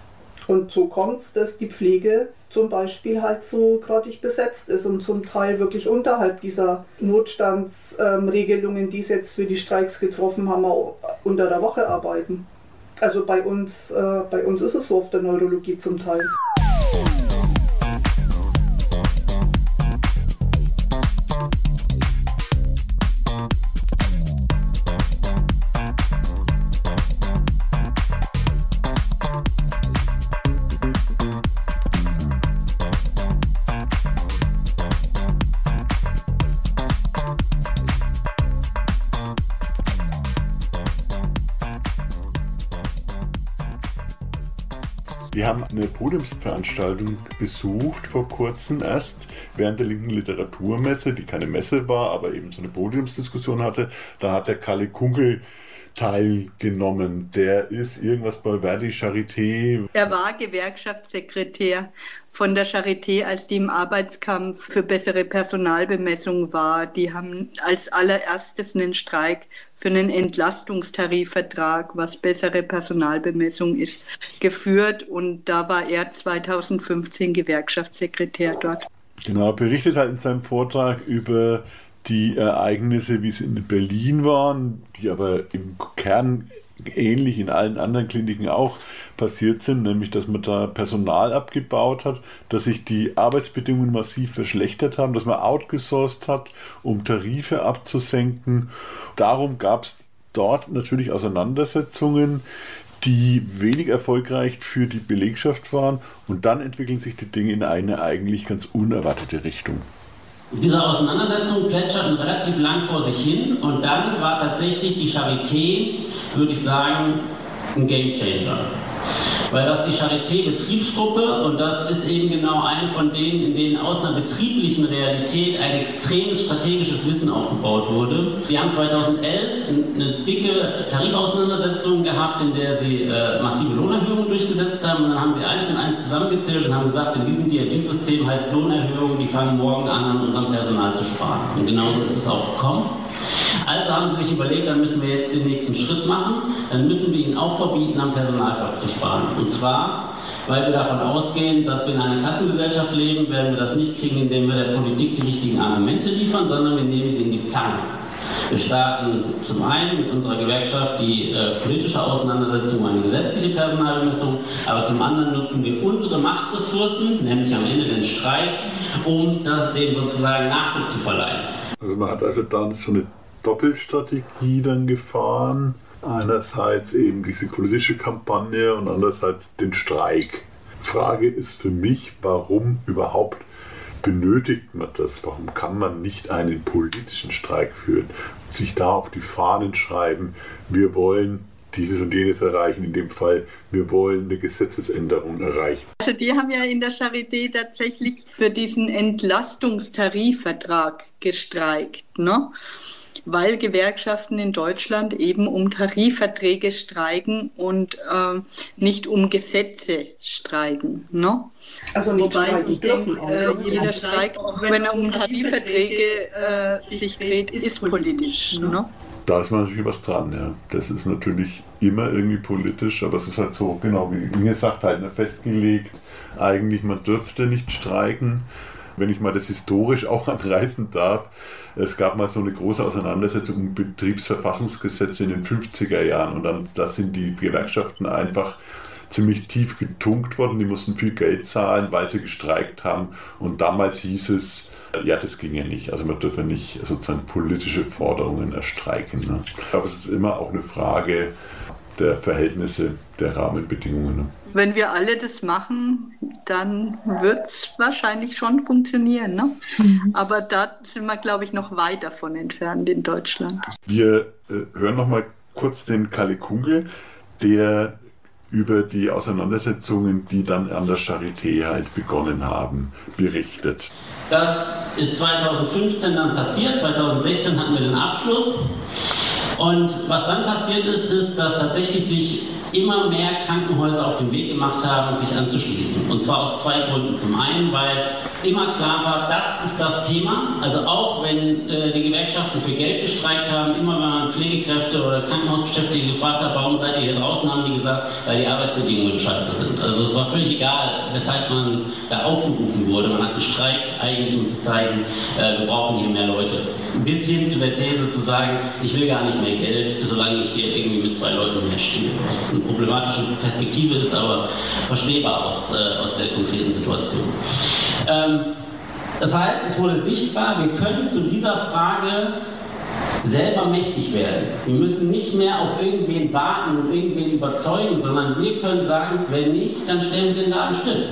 Und so kommt es, dass die Pflege zum Beispiel halt so grottig besetzt ist und zum Teil wirklich unterhalb dieser Notstandsregelungen, ähm, die es jetzt für die Streiks getroffen haben, auch unter der Woche arbeiten. Also bei uns, äh, bei uns ist es so auf der Neurologie zum Teil. Wir haben eine Podiumsveranstaltung besucht vor kurzem erst während der Linken Literaturmesse, die keine Messe war, aber eben so eine Podiumsdiskussion hatte. Da hat der Kalle Kungel teilgenommen. Der ist irgendwas bei Verdi Charité. Er war Gewerkschaftssekretär von der Charité, als die im Arbeitskampf für bessere Personalbemessung war. Die haben als allererstes einen Streik für einen Entlastungstarifvertrag, was bessere Personalbemessung ist, geführt. Und da war er zweitausendfünfzehn Gewerkschaftssekretär dort. Genau, er berichtet halt in seinem Vortrag über die Ereignisse, wie sie in Berlin waren, die aber im Kern ähnlich in allen anderen Kliniken auch passiert sind, nämlich dass man da Personal abgebaut hat, dass sich die Arbeitsbedingungen massiv verschlechtert haben, dass man outgesourced hat, um Tarife abzusenken. Darum gab es dort natürlich Auseinandersetzungen, die wenig erfolgreich für die Belegschaft waren, und dann entwickeln sich die Dinge in eine eigentlich ganz unerwartete Richtung. Diese Auseinandersetzungen plätscherten relativ lang vor sich hin, und dann war tatsächlich die Charité, würde ich sagen, ein Gamechanger. Weil das die Charité-Betriebsgruppe, und das ist eben genau eine von denen, in denen aus einer betrieblichen Realität ein extremes strategisches Wissen aufgebaut wurde. Die haben zweitausendelf eine dicke Tarifauseinandersetzung gehabt, in der sie äh, massive Lohnerhöhungen durchgesetzt haben, und dann haben sie eins und eins zusammengezählt und haben gesagt, in diesem D R G-System heißt Lohnerhöhung, die fangen morgen an, an unserem Personal zu sparen. Und genauso ist es auch gekommen. Also haben sie sich überlegt, dann müssen wir jetzt den nächsten Schritt machen, dann müssen wir ihnen auch verbieten, am Personal zu sparen. Und zwar, weil wir davon ausgehen, dass wir in einer Kassengesellschaft leben, werden wir das nicht kriegen, indem wir der Politik die richtigen Argumente liefern, sondern wir nehmen sie in die Zange. Wir starten zum einen mit unserer Gewerkschaft die äh, politische Auseinandersetzung um eine gesetzliche Personalbemessung, aber zum anderen nutzen wir unsere Machtressourcen, nämlich am Ende den Streik, um das, dem sozusagen Nachdruck zu verleihen. Also man hat also dann so eine Doppelstrategie dann gefahren. Einerseits eben diese politische Kampagne und andererseits den Streik. Frage ist für mich, warum überhaupt benötigt man das? Warum kann man nicht einen politischen Streik führen? Sich da auf die Fahnen schreiben, wir wollen dieses und jenes erreichen, in dem Fall, wir wollen eine Gesetzesänderung erreichen. Also die haben ja in der Charité tatsächlich für diesen Entlastungstarifvertrag gestreikt, ne? Weil Gewerkschaften in Deutschland eben um Tarifverträge streiken und äh, nicht um Gesetze streiken. Ne? Also nicht Wobei streiken ich dürfen denke, auch, äh, ne? jeder Streik, auch wenn er um Tarifverträge äh, sich dreht, ist politisch. Ne? Da ist natürlich was dran, ja. Das ist natürlich immer irgendwie politisch, aber es ist halt so, genau wie Inge sagt, halt festgelegt, eigentlich man dürfte nicht streiken. Wenn ich mal das historisch auch anreißen darf, es gab mal so eine große Auseinandersetzung um Betriebsverfassungsgesetze in den fünfziger Jahren, und dann da sind die Gewerkschaften einfach ziemlich tief getunkt worden, die mussten viel Geld zahlen, weil sie gestreikt haben, und damals hieß es, ja, das ging ja nicht, also man dürfe nicht sozusagen politische Forderungen erstreiken. Ne? Ich glaube, es ist immer auch eine Frage der Verhältnisse, der Rahmenbedingungen. Ne? Wenn wir alle das machen, dann wird es wahrscheinlich schon funktionieren. Ne? Mhm. Aber da sind wir, glaube ich, noch weit davon entfernt in Deutschland. Wir äh, hören noch mal kurz den Kalle Kungel, der über die Auseinandersetzungen, die dann an der Charité halt begonnen haben, berichtet. Das ist zweitausendfünfzehn dann passiert, zweitausendsechzehn hatten wir den Abschluss. Und was dann passiert ist, ist, dass tatsächlich sich immer mehr Krankenhäuser auf den Weg gemacht haben, sich anzuschließen. Und zwar aus zwei Gründen. Zum einen, weil immer klar war, das ist das Thema. Also auch wenn äh, die Gewerkschaften für Geld gestreikt haben, immer wenn man Pflegekräfte oder Krankenhausbeschäftigte gefragt hat, warum seid ihr hier draußen, haben die gesagt, weil die Arbeitsbedingungen scheiße sind. Also es war völlig egal, weshalb man da aufgerufen wurde. Man hat gestreikt, eigentlich um zu zeigen, äh, wir brauchen hier mehr Leute. Bis hin zu der These zu sagen, ich will gar nicht mehr Geld, solange ich hier irgendwie mit zwei Leuten mehr stehe. Was eine problematische Perspektive ist, aber verstehbar aus, äh, aus der konkreten Situation. Ähm, das heißt, es wurde sichtbar, wir können zu dieser Frage selber mächtig werden. Wir müssen nicht mehr auf irgendwen warten und irgendwen überzeugen, sondern wir können sagen, wenn nicht, dann stellen wir den Laden still.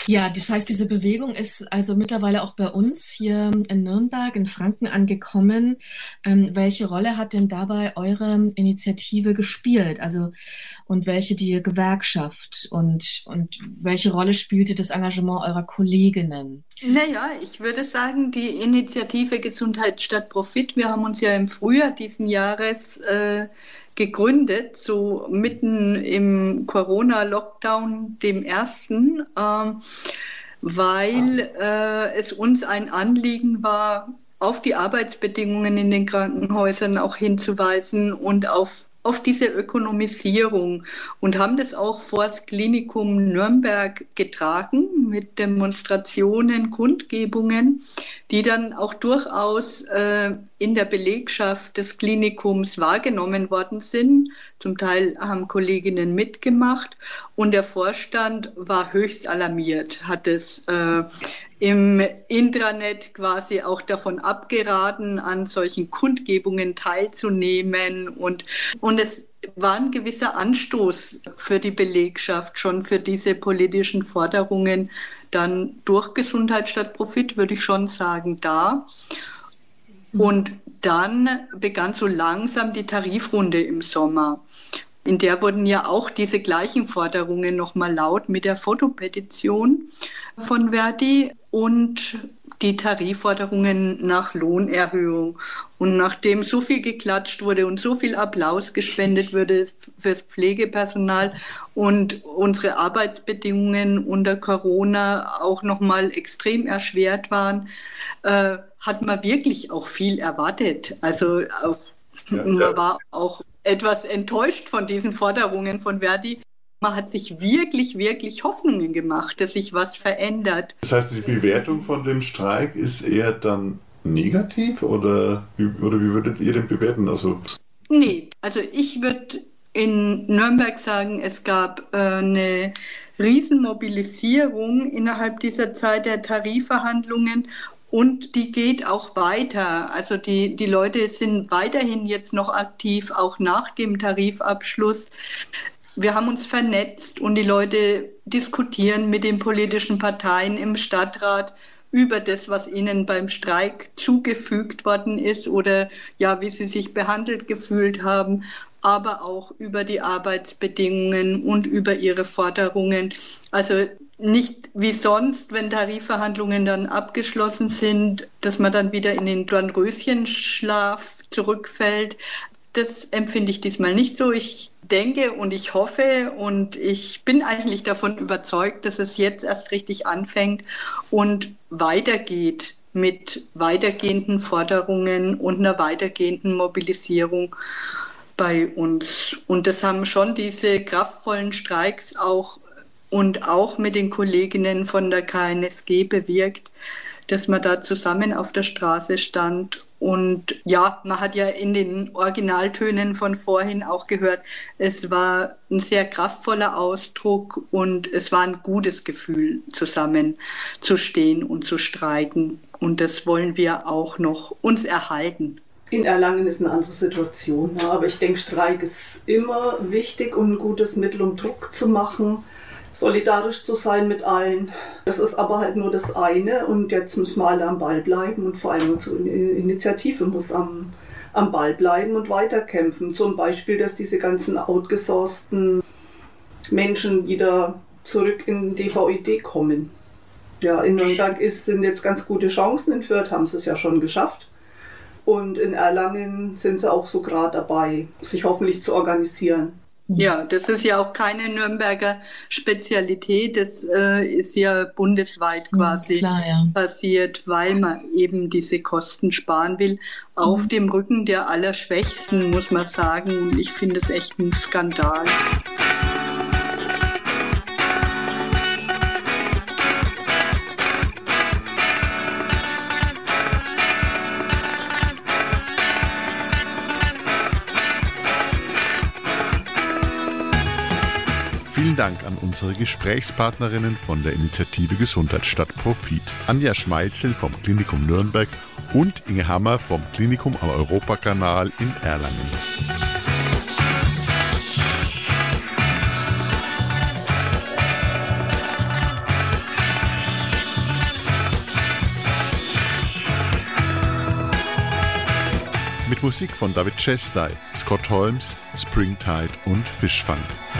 Ja, das heißt, diese Bewegung ist also mittlerweile auch bei uns hier in Nürnberg, in Franken angekommen. Ähm, welche Rolle hat denn dabei eure Initiative gespielt? Also und welche die Gewerkschaft und, und welche Rolle spielte das Engagement eurer Kolleginnen? Naja, ich würde sagen, die Initiative Gesundheit statt Profit, wir haben uns ja im Frühjahr diesen Jahres äh, gegründet, so mitten im Corona-Lockdown, dem ersten, ähm, weil äh, es uns ein Anliegen war, auf die Arbeitsbedingungen in den Krankenhäusern auch hinzuweisen und auf auf diese Ökonomisierung und haben das auch vor das Klinikum Nürnberg getragen mit Demonstrationen, Kundgebungen, die dann auch durchaus äh, in der Belegschaft des Klinikums wahrgenommen worden sind. Zum Teil haben Kolleginnen mitgemacht und der Vorstand war höchst alarmiert, hat es äh, im Intranet quasi auch davon abgeraten, an solchen Kundgebungen teilzunehmen. Und, und es war ein gewisser Anstoß für die Belegschaft, schon für diese politischen Forderungen, dann durch Gesundheit statt Profit, würde ich schon sagen, da. Und dann begann so langsam die Tarifrunde im Sommer. In der wurden ja auch diese gleichen Forderungen nochmal laut mit der Fotopetition von Verdi und die Tarifforderungen nach Lohnerhöhung. Und nachdem so viel geklatscht wurde und so viel Applaus gespendet wurde fürs Pflegepersonal und unsere Arbeitsbedingungen unter Corona auch nochmal extrem erschwert waren, äh, hat man wirklich auch viel erwartet. Also auch, ja, man ja. war auch etwas enttäuscht von diesen Forderungen von Verdi. Man hat sich wirklich, wirklich Hoffnungen gemacht, dass sich was verändert. Das heißt, die Bewertung von dem Streik ist eher dann negativ oder wie, oder wie würdet ihr den bewerten? Also nee, also ich würde in Nürnberg sagen, es gab äh, eine Riesenmobilisierung innerhalb dieser Zeit der Tarifverhandlungen. Und die geht auch weiter. Also die, die Leute sind weiterhin jetzt noch aktiv, auch nach dem Tarifabschluss. Wir haben uns vernetzt und die Leute diskutieren mit den politischen Parteien im Stadtrat über das, was ihnen beim Streik zugefügt worden ist oder ja, wie sie sich behandelt gefühlt haben, aber auch über die Arbeitsbedingungen und über ihre Forderungen. Also nicht wie sonst, wenn Tarifverhandlungen dann abgeschlossen sind, dass man dann wieder in den Dornröschenschlaf zurückfällt. Das empfinde ich diesmal nicht so. Ich denke und ich hoffe und ich bin eigentlich davon überzeugt, dass es jetzt erst richtig anfängt und weitergeht mit weitergehenden Forderungen und einer weitergehenden Mobilisierung bei uns. Und das haben schon diese kraftvollen Streiks auch und auch mit den Kolleginnen von der K N S G bewirkt, dass man da zusammen auf der Straße stand. Und ja, man hat ja in den Originaltönen von vorhin auch gehört, es war ein sehr kraftvoller Ausdruck und es war ein gutes Gefühl, zusammen zu stehen und zu streiken. Und das wollen wir auch noch uns erhalten. In Erlangen ist eine andere Situation, aber ich denke, Streik ist immer wichtig und ein gutes Mittel, um Druck zu machen, solidarisch zu sein mit allen. Das ist aber halt nur das eine und jetzt müssen wir alle am Ball bleiben und vor allem unsere Initiative muss am, am Ball bleiben und weiterkämpfen. Zum Beispiel, dass diese ganzen outgesourcten Menschen wieder zurück in D V I D kommen. Ja, in Nürnberg ist, sind jetzt ganz gute Chancen, in Fürth haben sie es ja schon geschafft. Und in Erlangen sind sie auch so gerade dabei, sich hoffentlich zu organisieren. Ja, das ist ja auch keine Nürnberger Spezialität, das äh, ist ja bundesweit quasi Klar, ja. passiert, weil man eben diese Kosten sparen will, auf mhm. dem Rücken der Allerschwächsten, muss man sagen. Und ich finde es echt ein Skandal. Vielen Dank an unsere Gesprächspartnerinnen von der Initiative Gesundheit statt Profit, Anja Schmeitzel vom Klinikum Nürnberg und Inge Hammer vom Klinikum am Europakanal in Erlangen. mit Musik von David Chastai, Scott Holmes, Springtide und Fischfang.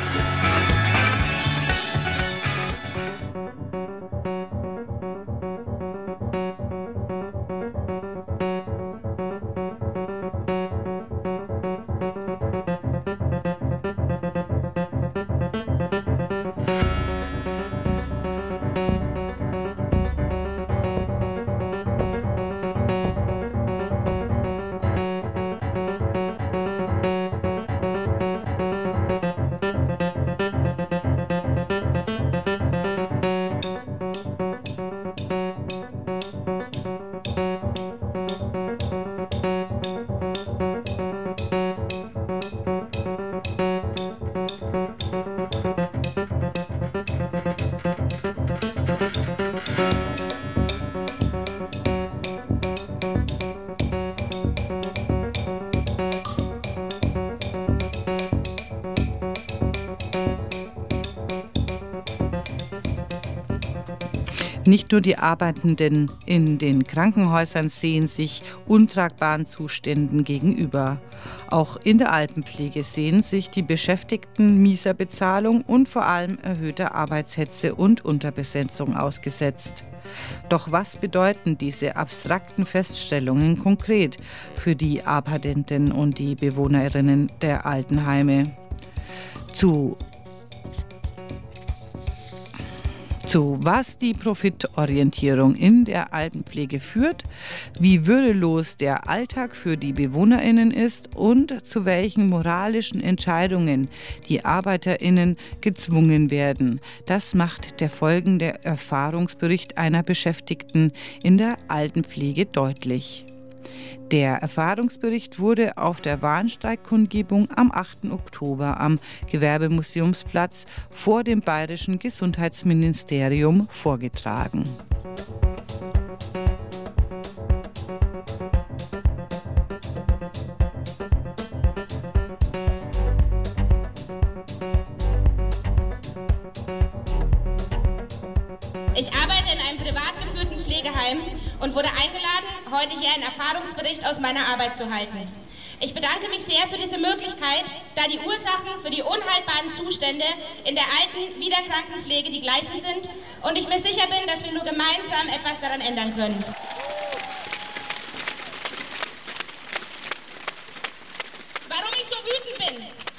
Nicht nur die Arbeitenden in den Krankenhäusern sehen sich untragbaren Zuständen gegenüber. Auch in der Altenpflege sehen sich die Beschäftigten mieser Bezahlung und vor allem erhöhter Arbeitshetze und Unterbesetzung ausgesetzt. Doch was bedeuten diese abstrakten Feststellungen konkret für die Arbeitenden und die Bewohnerinnen der Altenheime? Zu Zu was die Profitorientierung in der Altenpflege führt, wie würdelos der Alltag für die BewohnerInnen ist und zu welchen moralischen Entscheidungen die ArbeiterInnen gezwungen werden. Das macht der folgende Erfahrungsbericht einer Beschäftigten in der Altenpflege deutlich. Der Erfahrungsbericht wurde auf der Warnstreikkundgebung am achten Oktober am Gewerbemuseumsplatz vor dem Bayerischen Gesundheitsministerium vorgetragen. Ich arbeite in einem privat geführten Pflegeheim und wurde eingeladen, heute hier einen Erfahrungsbericht aus meiner Arbeit zu halten. Ich bedanke mich sehr für diese Möglichkeit, da die Ursachen für die unhaltbaren Zustände in der Alten- wie der Krankenpflege die gleichen sind und ich mir sicher bin, dass wir nur gemeinsam etwas daran ändern können. Warum ich so wütend bin?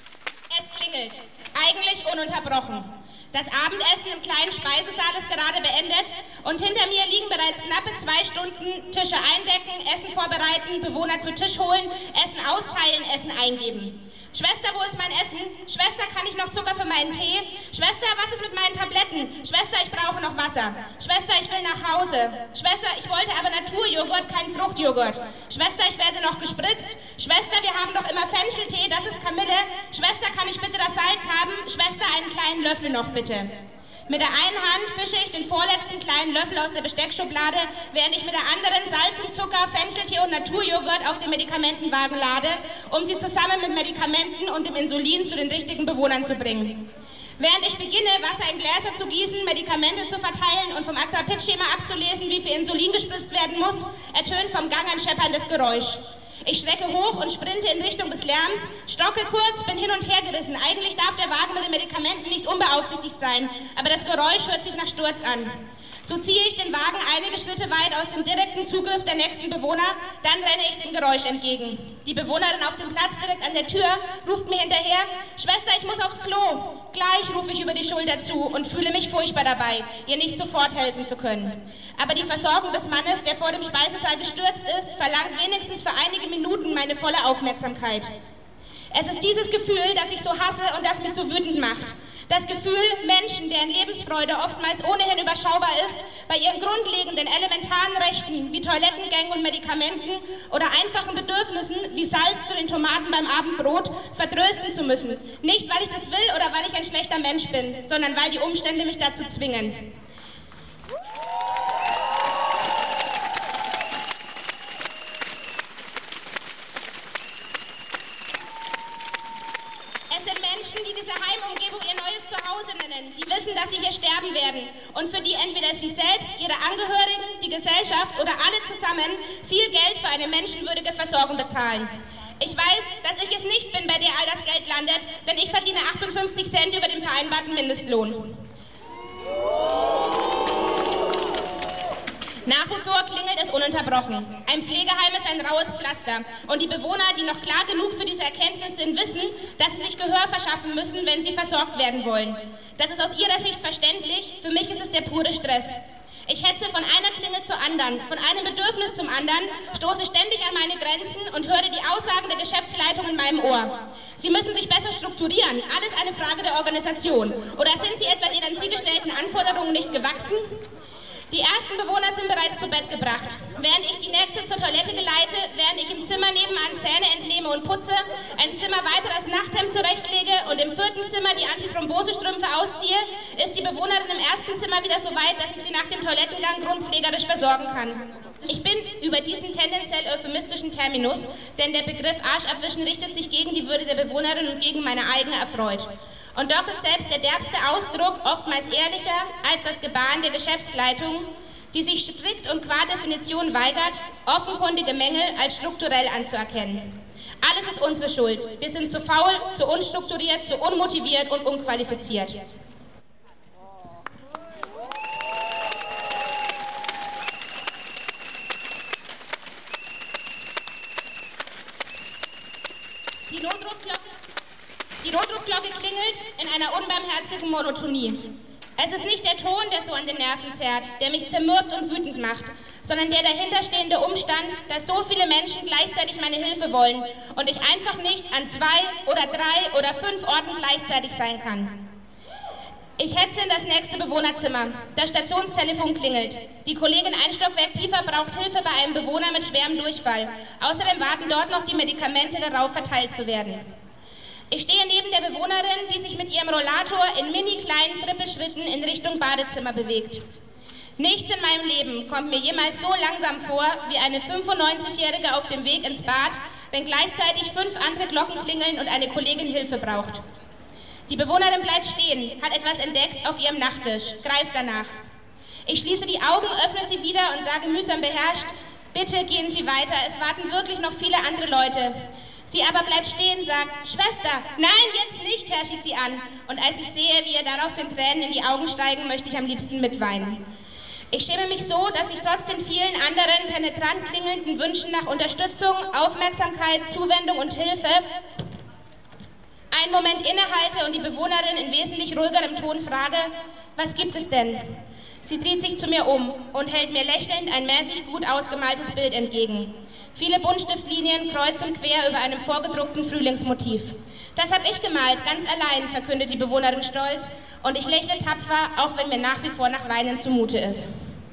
Es klingelt, eigentlich ununterbrochen. Das Abendessen im kleinen Speisesaal ist gerade beendet und hinter mir liegen bereits knappe zwei Stunden Tische eindecken, Essen vorbereiten, Bewohner zu Tisch holen, Essen austeilen, Essen eingeben. Schwester, wo ist mein Essen? Schwester, kann ich noch Zucker für meinen Tee? Schwester, was ist mit meinen Tabletten? Schwester, ich brauche noch Wasser. Schwester, ich will nach Hause. Schwester, ich wollte aber Naturjoghurt, kein Fruchtjoghurt. Schwester, ich werde noch gespritzt. Schwester, wir haben doch immer Fencheltee, das ist Kamille. Schwester, kann ich bitte das Salz haben? Schwester, einen kleinen Löffel noch bitte. Mit der einen Hand fische ich den vorletzten kleinen Löffel aus der Besteckschublade, während ich mit der anderen Salz und Zucker, Fencheltee und Naturjoghurt auf den Medikamentenwagen lade, um sie zusammen mit Medikamenten und dem Insulin zu den richtigen Bewohnern zu bringen. Während ich beginne, Wasser in Gläser zu gießen, Medikamente zu verteilen und vom Akta-Pit-Schema abzulesen, wie viel Insulin gespritzt werden muss, ertönt vom Gang ein schepperndes Geräusch. Ich schrecke hoch und sprinte in Richtung des Lärms, stocke kurz, bin hin und her gerissen. Eigentlich darf der Wagen mit den Medikamenten nicht unbeaufsichtigt sein, aber das Geräusch hört sich nach Sturz an. So ziehe ich den Wagen einige Schritte weit aus dem direkten Zugriff der nächsten Bewohner, dann renne ich dem Geräusch entgegen. Die Bewohnerin auf dem Platz direkt an der Tür ruft mir hinterher, Schwester, ich muss aufs Klo. Gleich rufe ich über die Schulter zu und fühle mich furchtbar dabei, ihr nicht sofort helfen zu können. Aber die Versorgung des Mannes, der vor dem Speisesaal gestürzt ist, verlangt wenigstens für einige Minuten meine volle Aufmerksamkeit. Es ist dieses Gefühl, das ich so hasse und das mich so wütend macht. Das Gefühl, Menschen, deren Lebensfreude oftmals ohnehin überschaubar ist, bei ihren grundlegenden elementaren Rechten wie Toilettengängen und Medikamenten oder einfachen Bedürfnissen wie Salz zu den Tomaten beim Abendbrot vertrösten zu müssen. Nicht, weil ich das will oder weil ich ein schlechter Mensch bin, sondern weil die Umstände mich dazu zwingen. Es sind Menschen, die diese Heimumgebung ihr neues Zuhause Hause nennen, die wissen, dass sie hier sterben werden und für die entweder sie selbst, ihre Angehörigen, die Gesellschaft oder alle zusammen viel Geld für eine menschenwürdige Versorgung bezahlen. Ich weiß, dass ich es nicht bin, bei der all das Geld landet, denn ich verdiene achtundfünfzig Cent über dem vereinbarten Mindestlohn. Nach wie vor klingelt es ununterbrochen. Ein Pflegeheim ist ein raues Pflaster. Und die Bewohner, die noch klar genug für diese Erkenntnis sind, wissen, dass sie sich Gehör verschaffen müssen, wenn sie versorgt werden wollen. Das ist aus ihrer Sicht verständlich. Für mich ist es der pure Stress. Ich hetze von einer Klingel zur anderen, von einem Bedürfnis zum anderen, stoße ständig an meine Grenzen und höre die Aussagen der Geschäftsleitung in meinem Ohr. Sie müssen sich besser strukturieren. Alles eine Frage der Organisation. Oder sind Sie etwa den an Sie gestellten Anforderungen nicht gewachsen? Die ersten Bewohner sind bereits zu Bett gebracht. Während ich die nächste zur Toilette geleite, während ich im Zimmer nebenan Zähne entnehme und putze, ein Zimmer weiter das Nachthemd zurechtlege und im vierten Zimmer die Antithrombosestrümpfe ausziehe, ist die Bewohnerin im ersten Zimmer wieder so weit, dass ich sie nach dem Toilettengang grundpflegerisch versorgen kann. Ich bin über diesen tendenziell euphemistischen Terminus, denn der Begriff Arschabwischen richtet sich gegen die Würde der Bewohnerin und gegen meine eigene erfreut. Und doch ist selbst der derbste Ausdruck oftmals ehrlicher als das Gebaren der Geschäftsleitung, die sich strikt und qua Definition weigert, offenkundige Mängel als strukturell anzuerkennen. Alles ist unsere Schuld. Wir sind zu faul, zu unstrukturiert, zu unmotiviert und unqualifiziert. Die Notrufglocke Die Notrufglocke klingelt in einer unbarmherzigen Monotonie. Es ist nicht der Ton, der so an den Nerven zerrt, der mich zermürbt und wütend macht, sondern der dahinterstehende Umstand, dass so viele Menschen gleichzeitig meine Hilfe wollen und ich einfach nicht an zwei oder drei oder fünf Orten gleichzeitig sein kann. Ich hetze in das nächste Bewohnerzimmer. Das Stationstelefon klingelt. Die Kollegin ein Stockwerk tiefer braucht Hilfe bei einem Bewohner mit schwerem Durchfall. Außerdem warten dort noch die Medikamente darauf, verteilt zu werden. Ich stehe neben der Bewohnerin, die sich mit ihrem Rollator in mini-kleinen Trippelschritten in Richtung Badezimmer bewegt. Nichts in meinem Leben kommt mir jemals so langsam vor wie eine fünfundneunzigjährige auf dem Weg ins Bad, wenn gleichzeitig fünf andere Glocken klingeln und eine Kollegin Hilfe braucht. Die Bewohnerin bleibt stehen, hat etwas entdeckt auf ihrem Nachttisch, greift danach. Ich schließe die Augen, öffne sie wieder und sage mühsam beherrscht, bitte gehen Sie weiter, es warten wirklich noch viele andere Leute. Sie aber bleibt stehen, sagt, Schwester, nein, jetzt nicht, herrsche ich sie an. Und als ich sehe, wie ihr daraufhin Tränen in die Augen steigen, möchte ich am liebsten mitweinen. Ich schäme mich so, dass ich trotz den vielen anderen penetrant klingelnden Wünschen nach Unterstützung, Aufmerksamkeit, Zuwendung und Hilfe einen Moment innehalte und die Bewohnerin in wesentlich ruhigerem Ton frage, was gibt es denn? Sie dreht sich zu mir um und hält mir lächelnd ein mäßig gut ausgemaltes Bild entgegen. Viele Buntstiftlinien kreuz und quer über einem vorgedruckten Frühlingsmotiv. Das habe ich gemalt, ganz allein, verkündet die Bewohnerin stolz, und ich lächle tapfer, auch wenn mir nach wie vor nach Weinen zumute ist.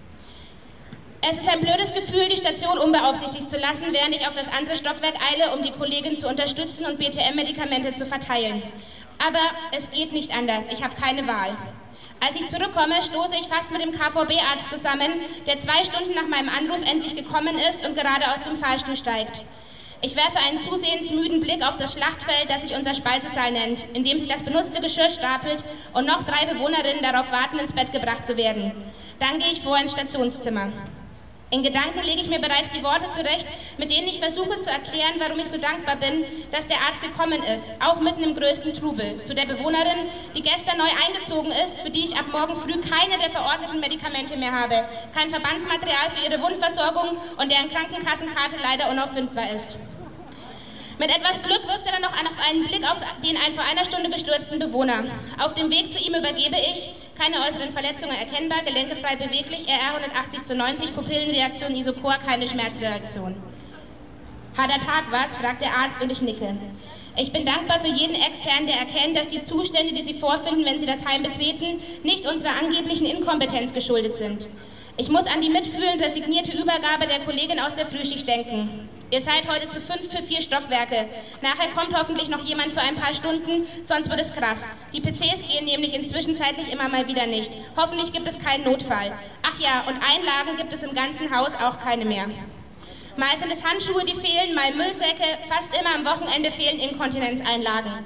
Es ist ein blödes Gefühl, die Station unbeaufsichtigt zu lassen, während ich auf das andere Stockwerk eile, um die Kollegin zu unterstützen und B T M-Medikamente zu verteilen. Aber es geht nicht anders, ich habe keine Wahl. Als ich zurückkomme, stoße ich fast mit dem K V B-Arzt zusammen, der zwei Stunden nach meinem Anruf endlich gekommen ist und gerade aus dem Fahrstuhl steigt. Ich werfe einen zusehends müden Blick auf das Schlachtfeld, das sich unser Speisesaal nennt, in dem sich das benutzte Geschirr stapelt und noch drei Bewohnerinnen darauf warten, ins Bett gebracht zu werden. Dann gehe ich vor ins Stationszimmer. In Gedanken lege ich mir bereits die Worte zurecht, mit denen ich versuche zu erklären, warum ich so dankbar bin, dass der Arzt gekommen ist, auch mitten im größten Trubel, zu der Bewohnerin, die gestern neu eingezogen ist, für die ich ab morgen früh keine der verordneten Medikamente mehr habe, kein Verbandsmaterial für ihre Wundversorgung und deren Krankenkassenkarte leider unauffindbar ist. Mit etwas Glück wirft er dann noch auf einen Blick auf den ein vor einer Stunde gestürzten Bewohner. Auf dem Weg zu ihm übergebe ich, keine äußeren Verletzungen erkennbar, Gelenke frei beweglich, R R hundertachtzig zu neunzig, Pupillenreaktion Isocor, keine Schmerzreaktion. Hat der Tag was? Fragt der Arzt und ich nicke. Ich bin dankbar für jeden Externen, der erkennt, dass die Zustände, die sie vorfinden, wenn sie das Heim betreten, nicht unserer angeblichen Inkompetenz geschuldet sind. Ich muss an die mitfühlend resignierte Übergabe der Kollegin aus der Frühschicht denken. Ihr seid heute zu fünf für vier Stockwerke. Nachher kommt hoffentlich noch jemand für ein paar Stunden, sonst wird es krass. Die P Cs gehen nämlich inzwischenzeitlich immer mal wieder nicht. Hoffentlich gibt es keinen Notfall. Ach ja, und Einlagen gibt es im ganzen Haus auch keine mehr. Mal sind es Handschuhe, die fehlen, mal Müllsäcke, fast immer am Wochenende fehlen Inkontinenzeinlagen.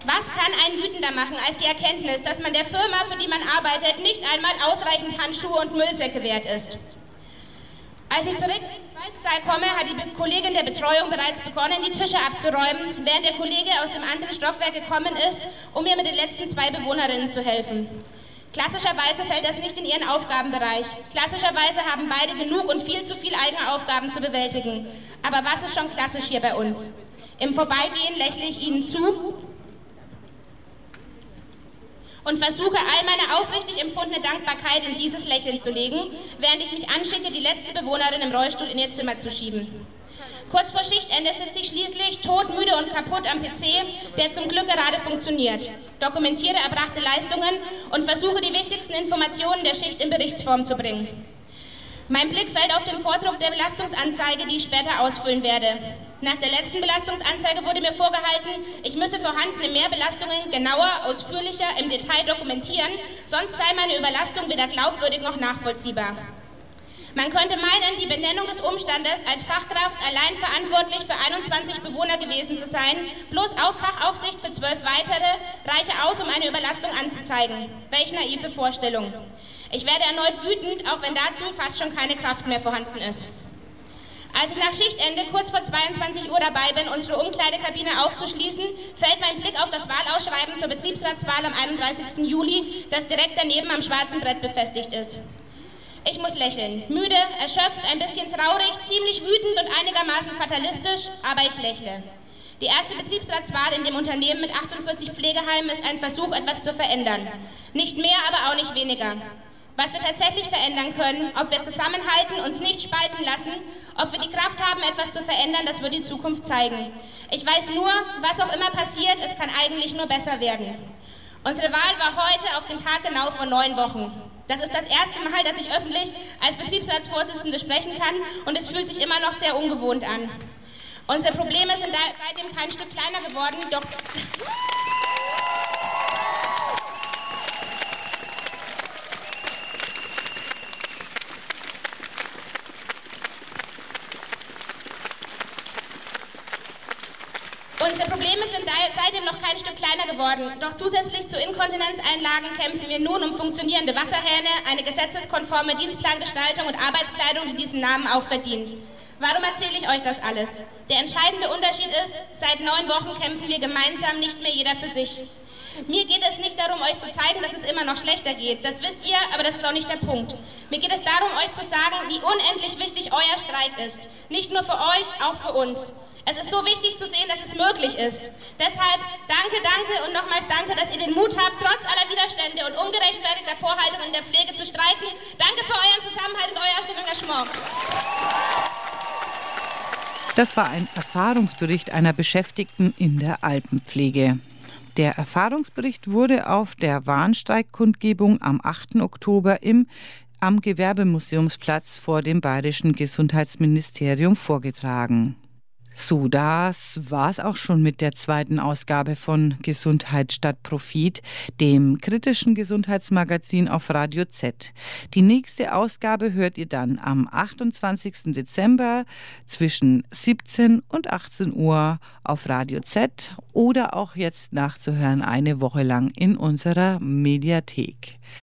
Was kann einen wütender machen als die Erkenntnis, dass man der Firma, für die man arbeitet, nicht einmal ausreichend Handschuhe und Müllsäcke wert ist? Als ich zurück ins Speisesaal komme, hat die Kollegin der Betreuung bereits begonnen, die Tische abzuräumen, während der Kollege aus dem anderen Stockwerk gekommen ist, um mir mit den letzten zwei Bewohnerinnen zu helfen. Klassischerweise fällt das nicht in ihren Aufgabenbereich. Klassischerweise haben beide genug und viel zu viel eigene Aufgaben zu bewältigen. Aber was ist schon klassisch hier bei uns? Im Vorbeigehen lächle ich ihnen zu und versuche, all meine aufrichtig empfundene Dankbarkeit in dieses Lächeln zu legen, während ich mich anschicke, die letzte Bewohnerin im Rollstuhl in ihr Zimmer zu schieben. Kurz vor Schichtende sitze ich schließlich todmüde und kaputt am P C, der zum Glück gerade funktioniert, dokumentiere erbrachte Leistungen und versuche, die wichtigsten Informationen der Schicht in Berichtsform zu bringen. Mein Blick fällt auf den Vordruck der Belastungsanzeige, die ich später ausfüllen werde. Nach der letzten Belastungsanzeige wurde mir vorgehalten, ich müsse vorhandene Mehrbelastungen genauer, ausführlicher, im Detail dokumentieren, sonst sei meine Überlastung weder glaubwürdig noch nachvollziehbar. Man könnte meinen, die Benennung des Umstandes als Fachkraft allein verantwortlich für einundzwanzig Bewohner gewesen zu sein, bloß auf Fachaufsicht für zwölf weitere, reiche aus, um eine Überlastung anzuzeigen. Welch naive Vorstellung. Ich werde erneut wütend, auch wenn dazu fast schon keine Kraft mehr vorhanden ist. Als ich nach Schichtende kurz vor zweiundzwanzig Uhr dabei bin, unsere Umkleidekabine aufzuschließen, fällt mein Blick auf das Wahlausschreiben zur Betriebsratswahl am einunddreißigsten Juli, das direkt daneben am schwarzen Brett befestigt ist. Ich muss lächeln. Müde, erschöpft, ein bisschen traurig, ziemlich wütend und einigermaßen fatalistisch, aber ich lächle. Die erste Betriebsratswahl in dem Unternehmen mit achtundvierzig Pflegeheimen ist ein Versuch, etwas zu verändern. Nicht mehr, aber auch nicht weniger. Was wir tatsächlich verändern können, ob wir zusammenhalten, uns nicht spalten lassen, ob wir die Kraft haben, etwas zu verändern, das wird die Zukunft zeigen. Ich weiß nur, was auch immer passiert, es kann eigentlich nur besser werden. Unsere Wahl war heute auf den Tag genau vor neun Wochen. Das ist das erste Mal, dass ich öffentlich als Betriebsratsvorsitzende sprechen kann und es fühlt sich immer noch sehr ungewohnt an. Unsere Probleme sind seitdem kein Stück kleiner geworden, doch... Unsere Probleme sind seitdem noch kein Stück kleiner geworden. Doch zusätzlich zu Inkontinenzeinlagen kämpfen wir nun um funktionierende Wasserhähne, eine gesetzeskonforme Dienstplangestaltung und Arbeitskleidung, die diesen Namen auch verdient. Warum erzähle ich euch das alles? Der entscheidende Unterschied ist, seit neun Wochen kämpfen wir gemeinsam, nicht mehr jeder für sich. Mir geht es nicht darum, euch zu zeigen, dass es immer noch schlechter geht. Das wisst ihr, aber das ist auch nicht der Punkt. Mir geht es darum, euch zu sagen, wie unendlich wichtig euer Streik ist. Nicht nur für euch, auch für uns. Es ist so wichtig zu sehen, dass es möglich ist. Deshalb danke, danke und nochmals danke, dass ihr den Mut habt, trotz aller Widerstände und ungerechtfertigter Vorhaltung in der Pflege zu streiken. Danke für euren Zusammenhalt und euer Engagement. Das war ein Erfahrungsbericht einer Beschäftigten in der Altenpflege. Der Erfahrungsbericht wurde auf der Warnstreikkundgebung am achten Oktober im am Gewerbemuseumsplatz vor dem Bayerischen Gesundheitsministerium vorgetragen. So, das war's auch schon mit der zweiten Ausgabe von Gesundheit statt Profit, dem kritischen Gesundheitsmagazin auf Radio Z. Die nächste Ausgabe hört ihr dann am achtundzwanzigsten Dezember zwischen siebzehn und achtzehn Uhr auf Radio Z oder auch jetzt nachzuhören eine Woche lang in unserer Mediathek.